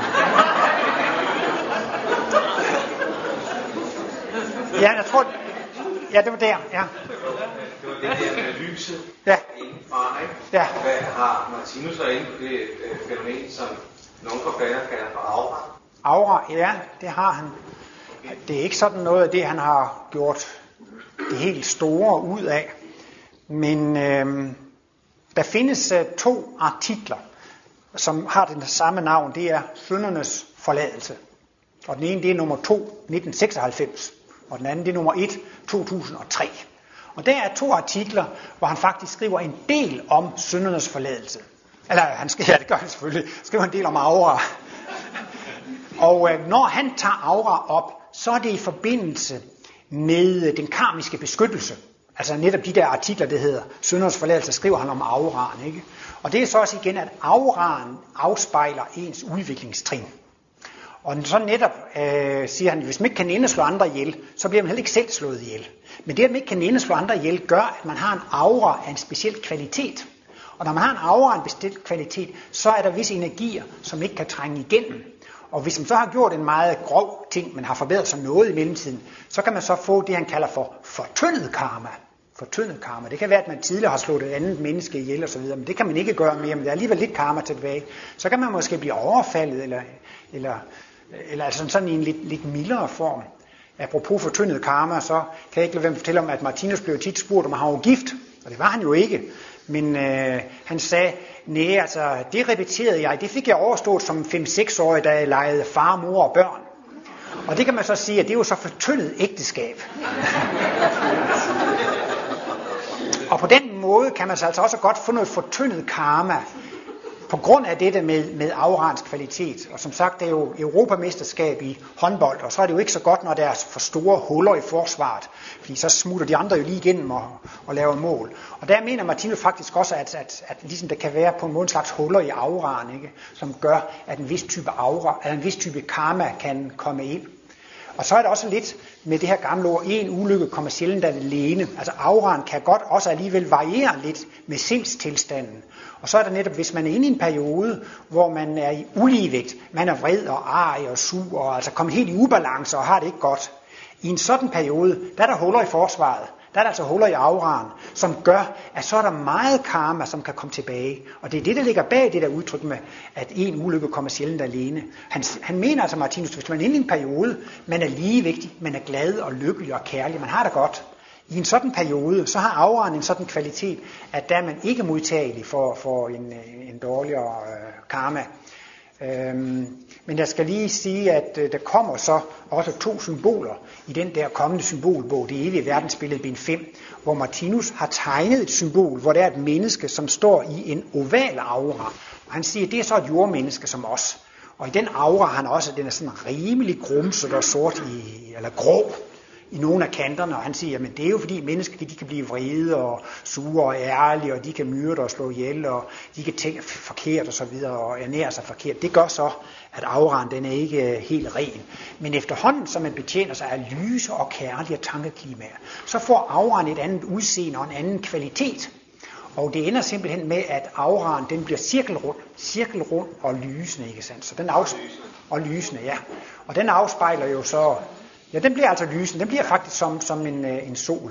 ja, jeg tror, ja, det var der, ja. Det var det der med lyset ja. indenfra, ikke? Ja. Hvad har Martinus været inde på det øh, fænomen, som nogle forfattere kalder for aura? Aura, ja, det har han. Det er ikke sådan noget af det, han har gjort det helt store ud af. Men øh, der findes øh, to artikler, som har den samme navn. Det er Syndernes forladelse. Og den ene, det er nummer to, nitten seksoghalvfems. Og den anden, det er nummer et, to tusind og tre. Og der er to artikler, hvor han faktisk skriver en del om syndernes forladelse. Eller han skriver, ja, det gør han selvfølgelig, skriver en del om aura. Og øh, når han tager aura op, så er det i forbindelse med den karmiske beskyttelse. Altså netop de der artikler, der hedder syndernes forladelse, skriver han om auraen, ikke? Og det er så også igen, at auraen afspejler ens udviklingstrin. Og så netop øh, siger han, at hvis man ikke kan ende slå andre ihjel, så bliver man heller ikke selv slået ihjel. Men det, at man ikke kan ende slå andre ihjel, gør, at man har en aura af en speciel kvalitet. Og når man har en aura af en bestemt kvalitet, så er der visse energier, som ikke kan trænge igennem. Og hvis man så har gjort en meget grov ting, men har forbedret sig noget i mellemtiden, så kan man så få det, han kalder for fortyndet karma. Fortyndet karma. Det kan være, at man tidligere har slået et andet menneske ihjel og så videre, men det kan man ikke gøre mere, men der er alligevel lidt karma tilbage. Så kan man måske blive overfaldet, eller, eller, eller altså sådan i en lidt, lidt mildere form. Apropos fortyndet karma, så kan jeg ikke lade være med at fortælle om, at Martinus blev tit spurgt, om han var gift, og det var han jo ikke. Men øh, han sagde, nej, altså det repeterede jeg, det fik jeg overstået som fem-seks-årig, da jeg legede far, mor og børn. Og det kan man så sige, at det er jo så fortyndet ægteskab. Og på den måde kan man så altså også godt få noget fortyndet karma, på grund af dette med, med auraens kvalitet. Og som sagt, det er jo europamesterskab i håndbold, og så er det jo ikke så godt, når der er for store huller i forsvaret, fordi så smutter de andre jo lige igennem og, og laver mål. Og der mener Martinus faktisk også, at, at, at ligesom der kan være på en måde en slags huller i auraen, ikke? Som gør, at en vis type aura, eller en vis type karma kan komme ind. Og så er der også lidt med det her gamle ord, en ulykke kommer sjældent alene. Altså auraen kan godt også alligevel variere lidt med sindstilstanden. Og så er der netop, hvis man er inde i en periode, hvor man er i uligevægt, man er vred og arg og sur, og altså kommet helt i ubalance og har det ikke godt. I en sådan periode, der er der huller i forsvaret. Der er der altså huller i auraen, som gør, at så er der meget karma, som kan komme tilbage. Og det er det, der ligger bag det der udtryk med, at en ulykke kommer sjældent alene. Han, han mener altså, Martinus, hvis man er inde i en periode, man er ligevægtig, man er glad og lykkelig og kærlig, man har det godt. I en sådan periode, så har auraen en sådan kvalitet, at der er man ikke modtagelig for, for en, en dårligere øh, karma. Øhm, men jeg skal lige sige, at øh, der kommer så også to symboler i den der kommende symbolbog, Det evige verdensbillede, bind fem, hvor Martinus har tegnet et symbol, hvor der er et menneske, som står i en oval aura. Og han siger, at det er så et jordmenneske som os. Og i den aura han også, den er sådan rimelig grumset og sort i, eller grå i nogle af kanterne, og han siger, at det er jo fordi mennesker de kan blive vrede og sure og ærlige, og de kan myrde og slå ihjel, og de kan tænke forkert og så videre, og ernære sig forkert. Det gør så, at auraen den er ikke helt ren. Men efterhånden, som man betjener sig af lyse og kærlige tankeklimaer, så får auraen et andet udseende og en anden kvalitet. Og det ender simpelthen med, at auraen den bliver cirkelrund, cirkelrund og lysende, ikke sandt? Så den afs- og lysende, ja. Og den afspejler jo så. Ja, den bliver altså lysende. Den bliver faktisk som, som en, øh, en sol.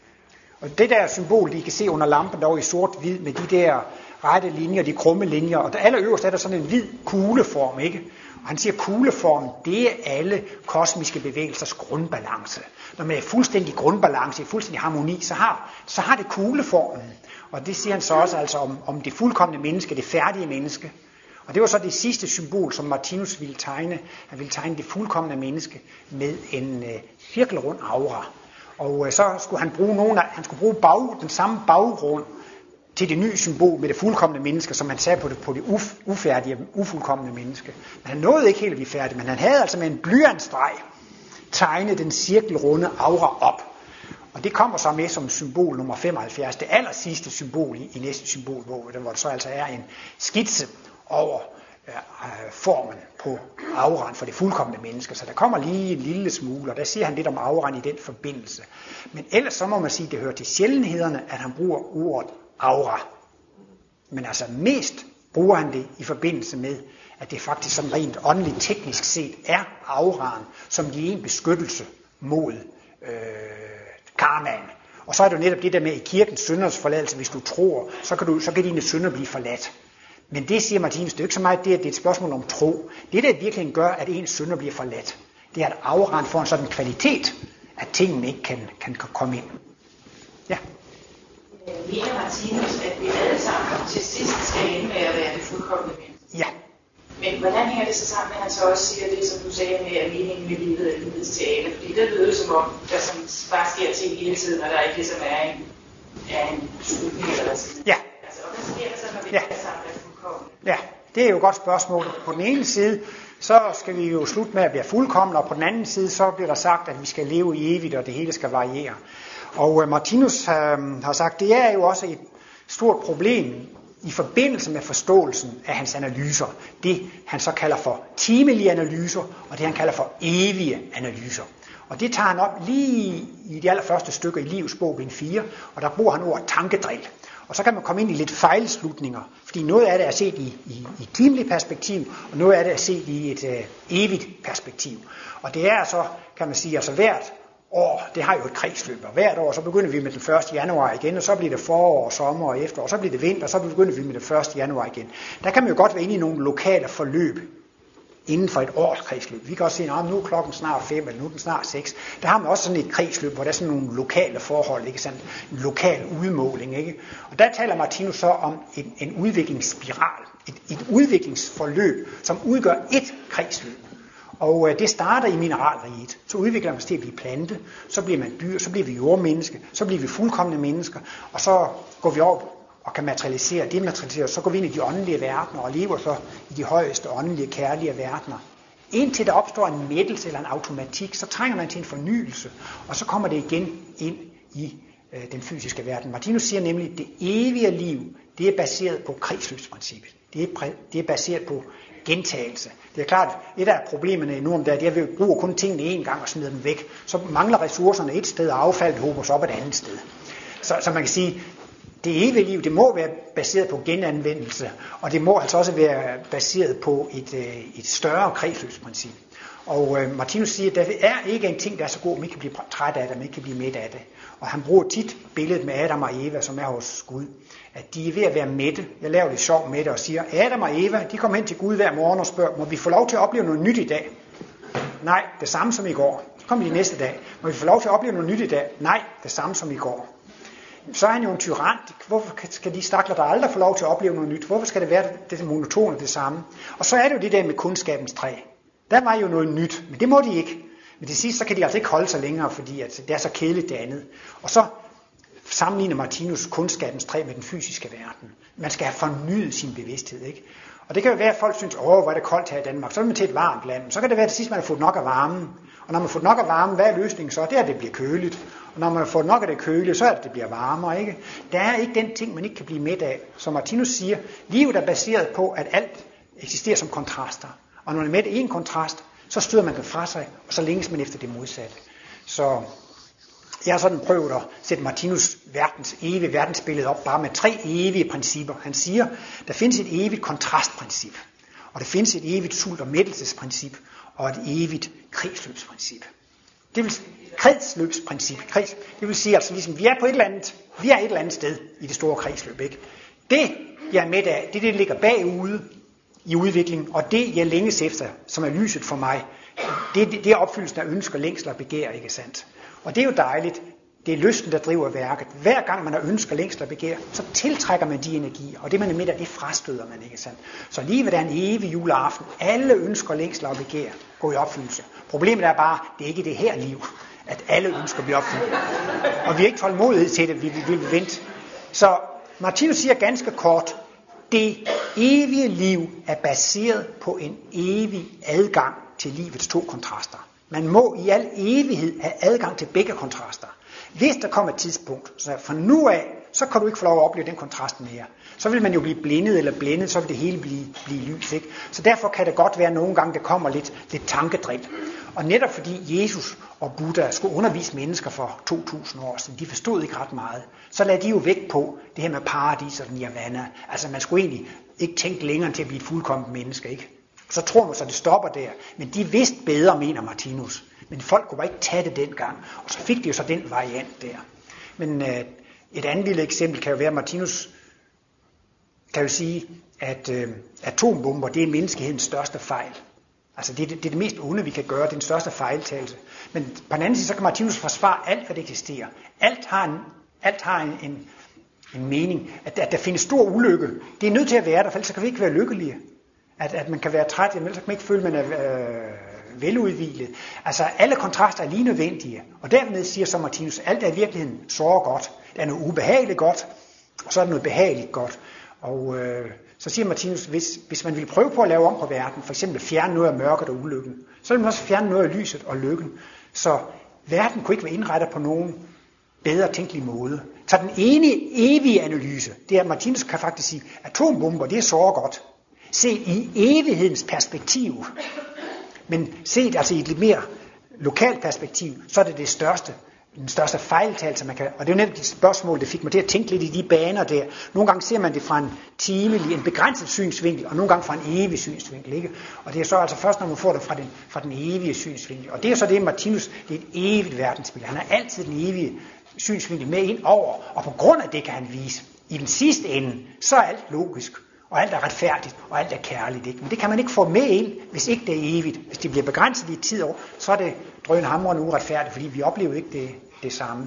Og det der symbol, I kan se under lampen, der er i sort-hvid med de der rette linjer, de krumme linjer. Og der allerøverst er der sådan en hvid kugleform, ikke? Og han siger, at kugleformen, det er alle kosmiske bevægelsers grundbalance. Når man er fuldstændig grundbalance, i fuldstændig harmoni, så har, så har det kugleformen. Og det siger han så også altså om, om det fuldkomne menneske, det færdige menneske. Og det var så det sidste symbol, som Martinus ville tegne. Han ville tegne det fuldkomne menneske med en øh, cirkelrund aura. Og øh, så skulle han bruge nogle af, han skulle bruge bag, den samme baggrund til det nye symbol med det fuldkomne menneske, som han sagde på det, på det uf, ufærdige, ufuldkomne menneske. Men han nåede ikke helt at blive færdig, men han havde altså med en blyantstreg tegnet den cirkelrunde aura op. Og det kommer så med som symbol nummer femoghalvfjerds, det aller sidste symbol i, i næste symbolbog, hvor der så altså er en skitse over øh, formen på auraen for det fuldkomne menneske. Så der kommer lige en lille smule, og der siger han lidt om auraen i den forbindelse. Men ellers så må man sige, at det hører til sjældenhederne, at han bruger ordet aura. Men altså mest bruger han det i forbindelse med, at det faktisk sådan rent åndeligt teknisk set er auraen, som giver en beskyttelse mod øh, karmaen. Og så er det jo netop det der med i kirkens synders forladelse, hvis du tror, så kan, du, så kan dine synder blive forladt. Men det siger Martinus, det er ikke så meget det, at det er et spørgsmål om tro. Det der virkelig gør, at ens synder bliver forladt, det er, at auraen får en sådan kvalitet, at tingene ikke kan, kan komme ind. Ja. Mener Martinus, at vi alle sammen til sidst skal ende med at være det fuldkomne menneske? Ja. Men hvordan hænger det så sammen, at han så også siger det, som du sagde med, at meningen med livet er livets teater? Fordi det lyder som om, der som bare sker ting hele tiden, og der ikke ligesom er en, er en slutning eller sådan. Ja. Altså, og hvad sker der så, når vi ja. alle sammen er fuldkomne? Ja, det er jo et godt spørgsmål. På den ene side, så skal vi jo slutte med at blive fuldkomne, og på den anden side, så bliver der sagt, at vi skal leve i evigt, og det hele skal variere. Og uh, Martinus uh, har sagt, det er jo også et stort problem i forbindelse med forståelsen af hans analyser. Det han så kalder for timelige analyser, og det han kalder for evige analyser. Og det tager han op lige i de allerførste stykker i Livets bog, bind fire, og der bruger han ordet tankedrill. Og så kan man komme ind i lidt fejlslutninger, fordi noget af det er set i, i, i timeligt perspektiv, og noget af det er set i et øh, evigt perspektiv. Og det er så, kan man sige, altså hvert år, det har jo et kredsløb, og hvert år, så begynder vi med den første januar igen, og så bliver det forår, sommer og efterår, og så bliver det vinter, og så begynder vi med den første januar igen. Der kan man jo godt være inde i nogle lokale forløb inden for et års kredsløb. Vi kan også sige, at nu er klokken snart fem, eller nu er den snart seks. Der har man også sådan et kredsløb, hvor der er sådan nogle lokale forhold, ikke? Sådan en lokal udmåling. Ikke? Og der taler Martinus så om en, en udviklingsspiral, et, et udviklingsforløb, som udgør et kredsløb. Og øh, det starter i mineralriget. Så udvikler man sig til at blive plante, så bliver man dyr, så bliver vi jordmenneske, så bliver vi fuldkomne mennesker, og så går vi over og kan materialisere, dematerialisere, så går vi ind i de åndelige verdener og lever så i de højeste åndelige, kærlige verdener. Indtil der opstår en mættelse eller en automatik, så trænger man til en fornyelse, og så kommer det igen ind i øh, den fysiske verden. Martinus siger nemlig, at det evige liv, det er baseret på kredsløbsprincippet. Det er, præ- det er baseret på gentagelse. Det er klart, et af problemerne nu om det er, at vi bruger kun tingene én gang og smider dem væk. Så mangler ressourcerne et sted, og affaldet hober sig op et andet sted. Så, så man kan sige, det evige liv, det må være baseret på genanvendelse, og det må altså også være baseret på et, et større kredsløbsprincip. Og øh, Martinus siger, at der er ikke en ting, der er så god, man ikke kan blive træt af det, man ikke kan blive mæt af det. Og han bruger tit billedet med Adam og Eva, som er hos Gud, at de er ved at være mætte. Jeg laver lidt sjov med det og siger, Adam og Eva, de kommer hen til Gud hver morgen og spørger, må vi få lov til at opleve noget nyt i dag? Nej, det samme som i går. Så kommer de næste dag. Må vi få lov til at opleve noget nyt i dag? Nej, det samme som i går. Så er han jo en tyrant. Hvorfor skal de stakler der aldrig få lov til at opleve noget nyt? Hvorfor skal det være det monotone det samme? Og så er det jo det der med kundskabens træ. Der var jo noget nyt, men det må de ikke. Men til sidst så kan de altså ikke holde sig længere, fordi at det er så kedeligt det andet. Og så sammenligner Martinus kundskabens træ med den fysiske verden. Man skal have fornyet sin bevidsthed, ikke? Og det kan jo være, at folk synes, åh, hvor er det koldt her i Danmark. Så er man til et varmt land. Så kan det være, at til sidst man har fået nok af varmen. Og når man har fået nok af varmen, hvad er løsningen så? Det er, at det bliver køligt. Og når man får nok af det kølige, så er det, at det bliver varmere, ikke? Der er ikke den ting, man ikke kan blive mæt af. Som Martinus siger, livet er baseret på, at alt eksisterer som kontraster. Og når man er mæt i en kontrast, så støder man den fra sig, og så længes man efter det modsatte. Så jeg har sådan prøvet at sætte Martinus verdens, evige verdensbillede op, bare med tre evige principper. Han siger, der findes et evigt kontrastprincip, og der findes et evigt sult- og mættelsesprincip, og et evigt kredsløbsprincip. Det vil kredsløbsprincip. Kreds, det vil sige, altså ligesom vi er på et eller andet, vi er et eller andet sted i det store kredsløb, ikke? Det, jeg er med af, det er det, der ligger bagude, i udviklingen, og det jeg længes efter, som er lyset for mig, det, det, det er opfyldelsen af ønsker, længsler og begær, ikke sandt? Og det er jo dejligt. Det er lysten, der driver værket. Hver gang man har ønsker, længsler og begær, så tiltrækker man de energier, og det man er med af, det frastøder man, ikke sandt? Så lige ved der en evig juleaften, alle ønsker, længsler og begær går i opfyldelse. Problemet er bare, det er ikke det her liv, at alle ønsker bliver opfyldt. Og vi har ikke tålmodighed til det, vi vil, vi vil vente. Så Martinus siger ganske kort, det evige liv er baseret på en evig adgang til livets to kontraster. Man må i al evighed have adgang til begge kontraster. Hvis der kommer et tidspunkt, så fra nu af, så kan du ikke få lov at opleve den kontrast mere. Så vil man jo blive blindet eller blændet, så vil det hele blive, blive lys. Ikke? Så derfor kan det godt være, at nogle gange der kommer lidt, lidt tankedrild. Og netop fordi Jesus og Buddha skulle undervise mennesker for to tusind år siden, de forstod ikke ret meget, så lagde de jo vægt på det her med paradis og nirvana. Altså man skulle egentlig ikke tænke længere til at blive et fuldkomment menneske, ikke? Så tror man så, det stopper der. Men de vidste bedre, mener Martinus. Men folk kunne bare ikke tage det dengang. Og så fik de jo så den variant der. Men øh, et andet lille eksempel kan jo være, at Martinus kan jo sige, at øh, atombomber, det er menneskehedens største fejl. Altså det er det, det er det mest onde, vi kan gøre, det er den største fejltagelse. Men på den anden side, så kan Martinus forsvare alt, hvad det eksisterer. Alt har en, alt har en, en, en mening. At, at der findes stor ulykke, det er nødt til at være der, for ellers så kan vi ikke være lykkelige. At, at man kan være træt, ellers så kan man ikke føle, at man er øh, veludvilet. Altså alle kontraster er lige nødvendige. Og dermed siger så Martinus, alt er i virkeligheden såre godt. Der er noget ubehageligt godt, og så er der noget behageligt godt. Og øh, så siger Martinus, hvis, hvis man vil prøve på at lave om på verden, for eksempel fjerne noget af mørket og ulykken, så vil man også fjerne noget af lyset og lykken. Så verden kunne ikke være indrettet på nogen bedre tænkelig måde. Så den ene evige analyse, det er, at Martinus kan faktisk sige, at atombomber, det er såre godt. Set i evighedens perspektiv, men set altså i et lidt mere lokalt perspektiv, så er det det største, den største fejltagelse, man kan. Og det er jo netop de spørgsmål, der fik mig til at tænke lidt i de baner der. Nogle gange ser man det fra en timelig, en begrænset synsvinkel, og nogle gange fra en evig synsvinkel, ikke? Og det er så altså først, når man får det fra den, fra den evige synsvinkel. Og det er så det, Martinus, det er et evigt verdensbillede. Han har altid den evige synsvinkel med ind over, og på grund af det kan han vise, i den sidste ende, så er alt logisk. Og alt er retfærdigt, og alt er kærligt. Ikke? Men det kan man ikke få med ind, hvis ikke det er evigt. Hvis det bliver begrænset i tid år, så er det drønhamrende uretfærdigt, fordi vi oplever ikke det, det samme.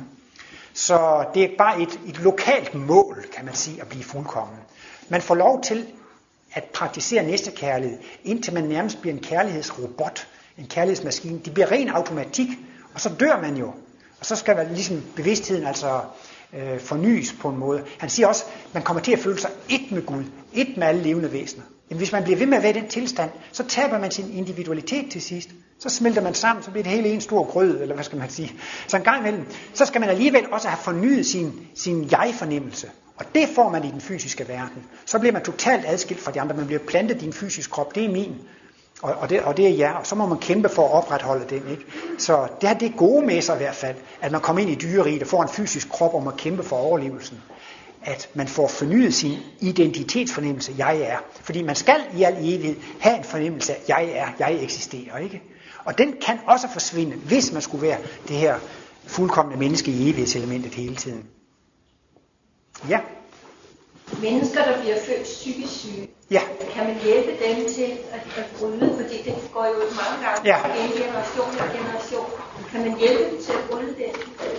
Så det er bare et, et lokalt mål, kan man sige, at blive fuldkommen. Man får lov til at praktisere næstekærlighed, indtil man nærmest bliver en kærlighedsrobot, en kærlighedsmaskine. Det bliver ren automatik, og så dør man jo. Og så skal man ligesom bevidstheden altså øh, fornyes på en måde. Han siger også, at man kommer til at føle sig ét med Gud, ét med alle levende væsener. Men hvis man bliver ved med at være i den tilstand, så taber man sin individualitet til sidst. Så smelter man sammen, så bliver det hele en stor grød, eller hvad skal man sige. Så en gang imellem, så skal man alligevel også have fornyet sin, sin jeg-fornemmelse. Og det får man i den fysiske verden. Så bliver man totalt adskilt fra de andre. Man bliver plantet i en fysisk krop, det er min. Og, og, det, og det er jer, og så må man kæmpe for at opretholde den, ikke? Så det har det gode med sig i hvert fald, at man kommer ind i dyreriget og får en fysisk krop, og må kæmpe for overlevelsen. At man får fornyet sin identitetsfornemmelse, jeg er. Fordi man skal i al evighed have en fornemmelse af, jeg er, jeg eksisterer, ikke? Og den kan også forsvinde, hvis man skulle være det her fuldkomne menneske i evighedselementet hele tiden. Ja. Mennesker, der bliver født psykisk syge, ja. Kan man hjælpe dem til at, at bryde, fordi det går jo mange gange ja. fra en generation og generation. Kan man hjælpe dem til at bryde det?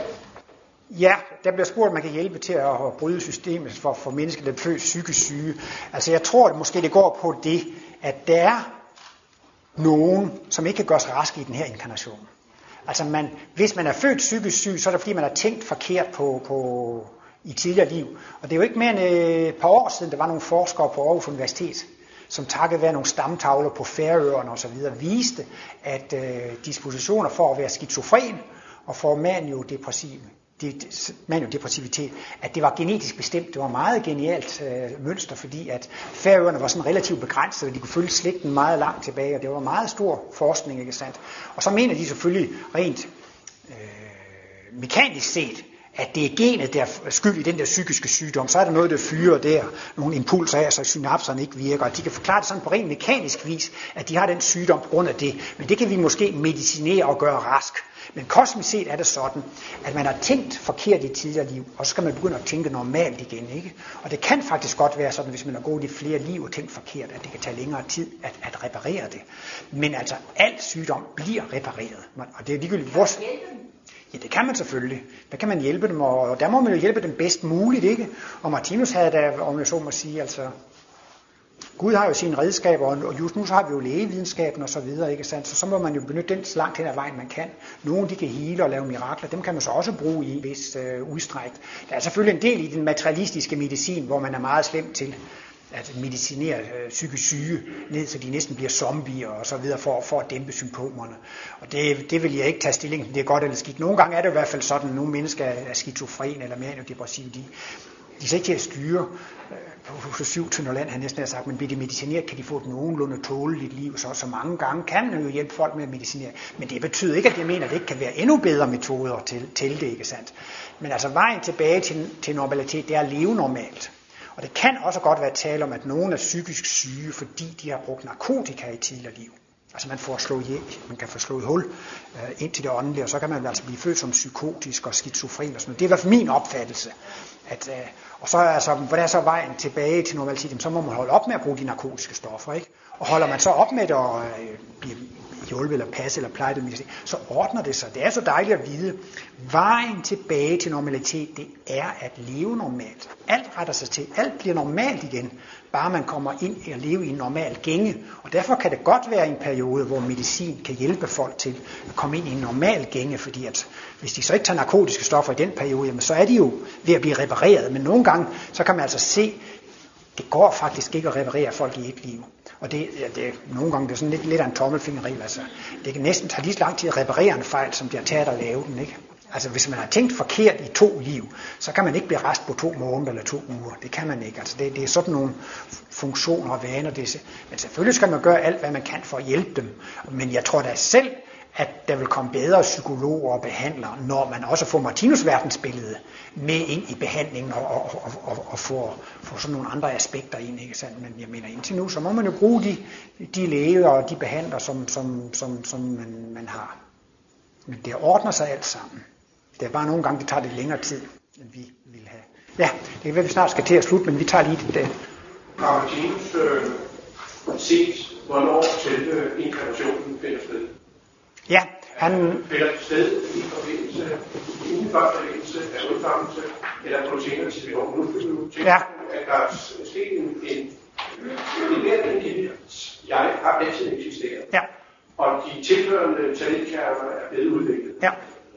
Ja, der bliver spurgt, at man kan hjælpe til at bryde systemet for, for mennesker, der er født psykisk syge. Altså jeg tror, at måske det går på det, at der er nogen, som ikke kan gøres raske i den her inkarnation. Altså man, hvis man er født psykisk syg, så er det fordi, man har tænkt forkert på... på i tidligere liv. Og det er jo ikke mere end et par år siden, der var nogle forskere på Aarhus Universitet, som takket være nogle stamtavler på Færøerne og så videre, viste, at øh, dispositioner for at være skizofren og for maniodepressiv, maniodepressivitet, at det var genetisk bestemt. Det var meget genialt øh, mønster, fordi at Færøerne var sådan relativt begrænset, og de kunne følge slægten meget langt tilbage, og det var meget stor forskning, ikke sandt? Og så mener de selvfølgelig rent øh, mekanisk set, at det er genet, der er skyld i den der psykiske sygdom, så er der noget, der fyrer der, nogle impulser af, så synapserne ikke virker, og de kan forklare det sådan på rent mekanisk vis, at de har den sygdom på grund af det, men det kan vi måske medicinere og gøre rask. Men kosmisk set er det sådan, at man har tænkt forkert i tidligere liv, og så skal man begynde at tænke normalt igen, ikke? Og det kan faktisk godt være sådan, hvis man har gået i flere liv og tænkt forkert, at det kan tage længere tid at, at reparere det. Men altså, al sygdom bliver repareret, og det er ligegyldigt vores... Ja, det kan man selvfølgelig. Der kan man hjælpe dem, og der må man jo hjælpe dem bedst muligt, ikke? Og Martinus havde da, om jeg så må sige, altså... Gud har jo sine redskaber, og just nu så har vi jo lægevidenskaben og så videre, ikke sandt? Så så må man jo benytte den så langt hen ad vejen, man kan. Nogle, de kan hele og lave mirakler, dem kan man så også bruge i vis øh, udstrækt. Der er selvfølgelig en del i den materialistiske medicin, hvor man er meget slem til at medicinere øh, psykisk syge ned, så de næsten bliver zombier og så videre, for, for at dæmpe symptomerne. Og det, det vil jeg ikke tage stilling til, det er godt eller skidt. Nogle gange er det i hvert fald sådan, at nogle mennesker er skizofren eller maniodepressive, de De er så ikke til at styre på syv til Nordland, han næsten har sagt, men bliver de medicineret, kan de få et nogenlunde tåleligt liv, så, så mange gange kan man jo hjælpe folk med at medicinere. Men det betyder ikke, at jeg mener, at det ikke kan være endnu bedre metoder til, til det, ikke sandt? Men altså vejen tilbage til, til normalitet, det er at leve normalt. Og det kan også godt være tale om, at nogen er psykisk syge, fordi de har brugt narkotika i tidligere liv. Altså man får slået ihjel, man kan få slået hul øh, ind til det åndelige, og så kan man altså blive født som psykotisk og skizofren og sådan noget. Det er i hvert fald min opfattelse. At, øh, og så er altså, hvordan er så vejen tilbage til normalitet? Så må man holde op med at bruge de narkotiske stoffer, ikke? Og holder man så op med det og øh, bliver hjulpet eller passe eller pleje det, så ordner det sig. Det er så dejligt at vide. Vejen tilbage til normalitet, det er at leve normalt. Alt retter sig til. Alt bliver normalt igen, bare man kommer ind og leve i en normal gænge. Og derfor kan det godt være en periode, hvor medicin kan hjælpe folk til at komme ind i en normal gænge, fordi at hvis de så ikke tager narkotiske stoffer i den periode, jamen, så er de jo ved at blive repareret. Men nogle gange, så kan man altså se, det går faktisk ikke at reparere folk i et liv. Og det, ja, det nogle gange det er sådan lidt, lidt af en tommelfingerregel. Altså. Det kan næsten tage lige så lang tid at reparere en fejl, som det har taget at lave den, ikke? Altså hvis man har tænkt forkert i to liv, så kan man ikke blive rest på to måneder eller to uger. Det kan man ikke. Altså det, det er sådan nogle funktioner og vaner. Det er, men selvfølgelig skal man gøre alt, hvad man kan for at hjælpe dem. Men jeg tror da selv, at der vil komme bedre psykologer og behandlere, når man også får Martinus verdensbillede med ind i behandlingen og, og, og, og, og får, får sådan nogle andre aspekter ind, ikke sandt? Men jeg mener indtil nu, så må man jo bruge de, de læger og de behandlere, som, som, som, som man, man har. Men det ordner sig alt sammen. Det er bare nogle gange, det tager lidt længere tid, end vi vil have. Ja, det kan være, vi snart skal til at slutte, men vi tager lige det der. Har Martinus øh, set, hvornår selve inkarnationen finder sted? Ja, han... Finder sted i forbindelse, i den første forbindelse af udfangelse, eller på senere tidspunkt. Nu vil du tænke, ja. At der er sket en, en, en hver individ, jeg har altid eksisteret. Ja. Og de tilhørende talentkerner er blevet udviklet. Ja.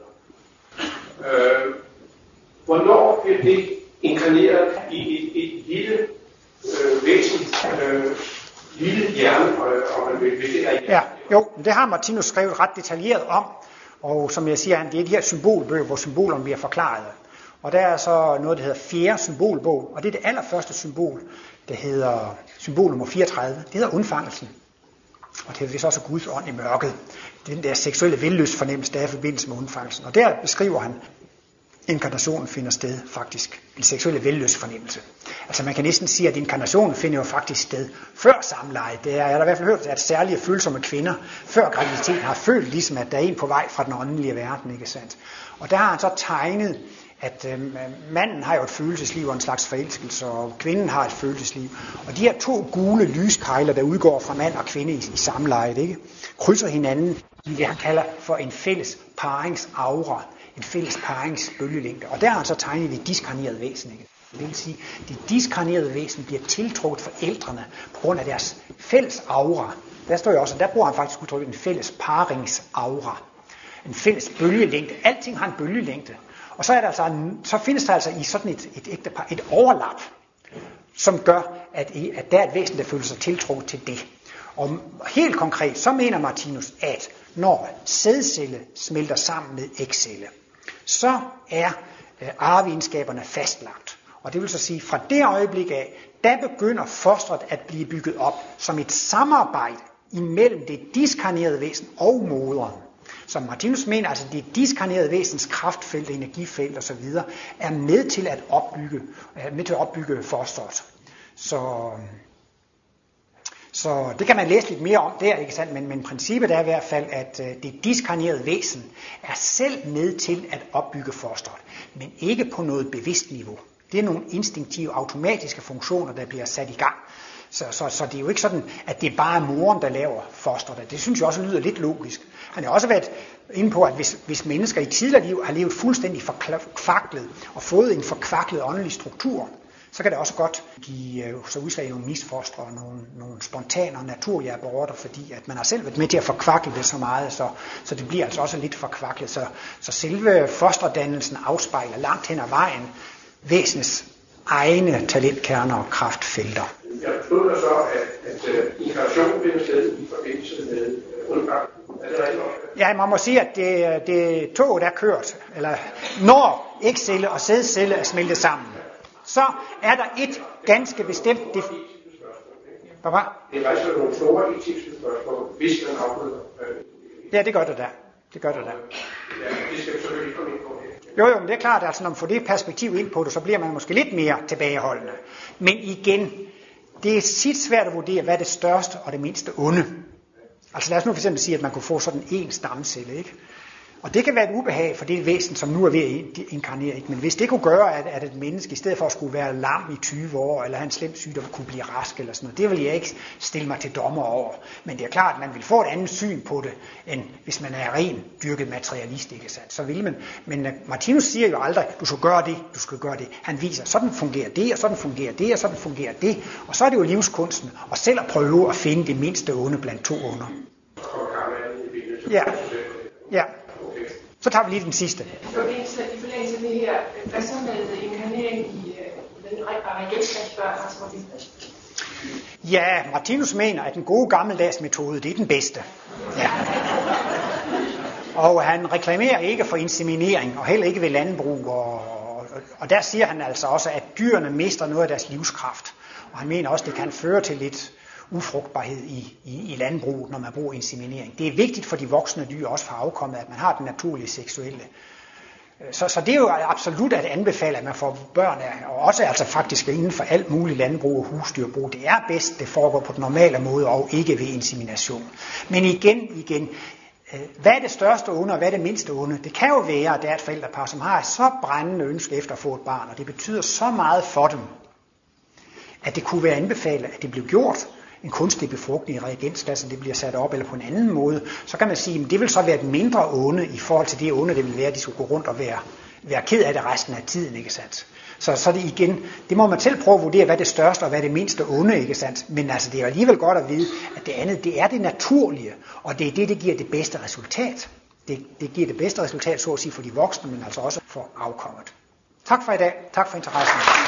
Øh, hvornår bliver det inkarneret i et, et lille øh, væsen, øh, lille hjerne, og, og man vil det er ja, jo, det har Martinus skrevet ret detaljeret om, og som jeg siger, det er de her symbolbøger, hvor symbolerne bliver forklaret. Og der er så noget, der hedder fjerde symbolbog, og det er det allerførste symbol, der hedder symbol nummer fireogtredive, det hedder undfangelsen. Og det er vist også Guds ånd i mørket. Det er den der seksuelle vellystfornemmelse, der er i forbindelse med undfangelsen. Og der beskriver han, inkarnationen finder sted faktisk. En seksuelle vellystfornemmelse. Altså man kan næsten sige, at inkarnationen finder jo faktisk sted før samleje. Det er, jeg har i hvert fald hørt, at særlige følsomme kvinder før graviditeten har følt ligesom, at der er en på vej fra den åndelige verden, ikke sandt? Og der har han så tegnet, at øh, manden har jo et følelsesliv og en slags forelskelse, og kvinden har et følelsesliv. Og de her to gule lyskejler, der udgår fra mand og kvinde i, i samlejet, ikke, krydser hinanden i det, han kalder for en fælles paringsaura, en fælles paringsbølgelængde. Og der har han så tegnet det diskarnerede væsen, ikke? Det vil sige, at det diskarnerede væsen bliver tiltrukket forældrene på grund af deres fælles aura. Der står jo også, og der bruger han faktisk udtrykket en fælles paringsaura. En fælles bølgelængde. Alting har en bølgelængde. Og så, er der altså, så findes der altså i sådan et, et ægtepar et overlap, som gør, at, at der er et væsen, der føler sig tiltrukket til det. Og helt konkret, så mener Martinus, at når sædcelle smelter sammen med ægcelle, så er øh, arveegenskaberne fastlagt. Og det vil så sige, fra det øjeblik af, der begynder fostret at blive bygget op som et samarbejde imellem det diskarnerede væsen og moderen. Så Martinus mener, altså det diskarnerede væsens kraftfelt, energifelt osv. er med til at opbygge, er med til at opbygge fosteret. Så, så det kan man læse lidt mere om der, ikke sandt? Men, men princippet er i hvert fald, at det diskarnerede væsen er selv med til at opbygge fosteret, men ikke på noget bevidst niveau. Det er nogle instinktive, automatiske funktioner, der bliver sat i gang. Så, så, så det er jo ikke sådan, at det er bare moren, der laver fosteret. Det synes jeg også lyder lidt logisk. Han har også været inde på, at hvis, hvis mennesker i tidligere liv har levet fuldstændig forkvaklet og fået en forkvaklet åndelig struktur, så kan det også godt give så udslag i nogle misfostre og nogle, nogle spontane og naturlige aborter, fordi at man har selv været med til at forkvakle det så meget, så, så det bliver altså også lidt forkvaklet. Så, så selve fosterdannelsen afspejler langt hen ad vejen væsenets egne talentkerner og kraftfelter. Jeg forstod så, at, at, at inkarnation finder sted i forbindelse med undergang. Er det rigtigt? Ja, man må sige, at det, det toget er kørt, eller når ægcelle og sædcelle er smeltet sammen, så er der et ganske bestemt... Def- Hvad var? Det er faktisk nogle store etiske spørgsmål, hvis man afbryder. Ja, det gør det da. Det gør det da. Ja, det skal vi selvfølgelig komme ind på. Jo, jo, men det er klart, at altså, når man får det perspektiv ind på det, så bliver man måske lidt mere tilbageholdende. Men igen, det er sit svært at vurdere, hvad er det største og det mindste onde. Altså lad os nu for eksempel sige, at man kunne få sådan en stamcelle, ikke? Og det kan være et ubehag for det væsen, som nu er ved at inkarnere, ikke? Men hvis det kunne gøre, at, at et menneske i stedet for at skulle være lam i tyve år, eller have en slem sygdom, kunne blive rask eller sådan noget, det vil jeg ikke stille mig til dommer over. Men det er klart, at man vil få et andet syn på det, end hvis man er ren dyrket materialist, ikke sandt? Så vil man. Men Martinus siger jo aldrig, du skal gøre det, du skal gøre det. Han viser, sådan fungerer det, og sådan fungerer det, og sådan fungerer det. Og så er det jo livskunsten, og selv at prøve at finde det mindste onde blandt to onder. Ja, ja. Så tager vi lige den sidste. I forlængelse af det her, hvad så med inkarnering i reagenslandsbørn? Ja, Martinus mener, at den gode gammeldags metode, det er den bedste. Ja. Og han reklamerer ikke for inseminering, og heller ikke ved landbrug. Og, og, og der siger han altså også, at dyrene mister noget af deres livskraft. Og han mener også, at det kan føre til lidt ufrugtbarhed i, i, i landbruget, når man bruger inseminering. Det er vigtigt for de voksne dyr, også for afkommet, at man har den naturlige seksuelle. Så, så det er jo absolut at anbefale, at man får børn af, og også altså faktisk inden for alt muligt landbrug og husdyrbrug. Det er bedst, det foregår på den normale måde, og ikke ved insemination. Men igen, igen, hvad er det største onde, og hvad er det mindste onde? Det kan jo være, at der er et forældrepar, som har et så brændende ønske efter at få et barn, og det betyder så meget for dem, at det kunne være anbefalet, at det blev gjort, en kunstig befrugtning i reagensglasset, det bliver sat op, eller på en anden måde, så kan man sige, at det vil så være et mindre onde i forhold til det onde, det vil være, at de skulle gå rundt og være, være ked af det resten af tiden, ikke sandt? Så, så det igen, det må man selv prøve at vurdere, hvad det største og hvad det mindste onde, ikke sandt? Men altså, det er alligevel godt at vide, at det andet, det er det naturlige, og det er det, der giver det bedste resultat. Det, det giver det bedste resultat, så at sige, for de voksne, men altså også for afkommet. Tak for i dag. Tak for interessen.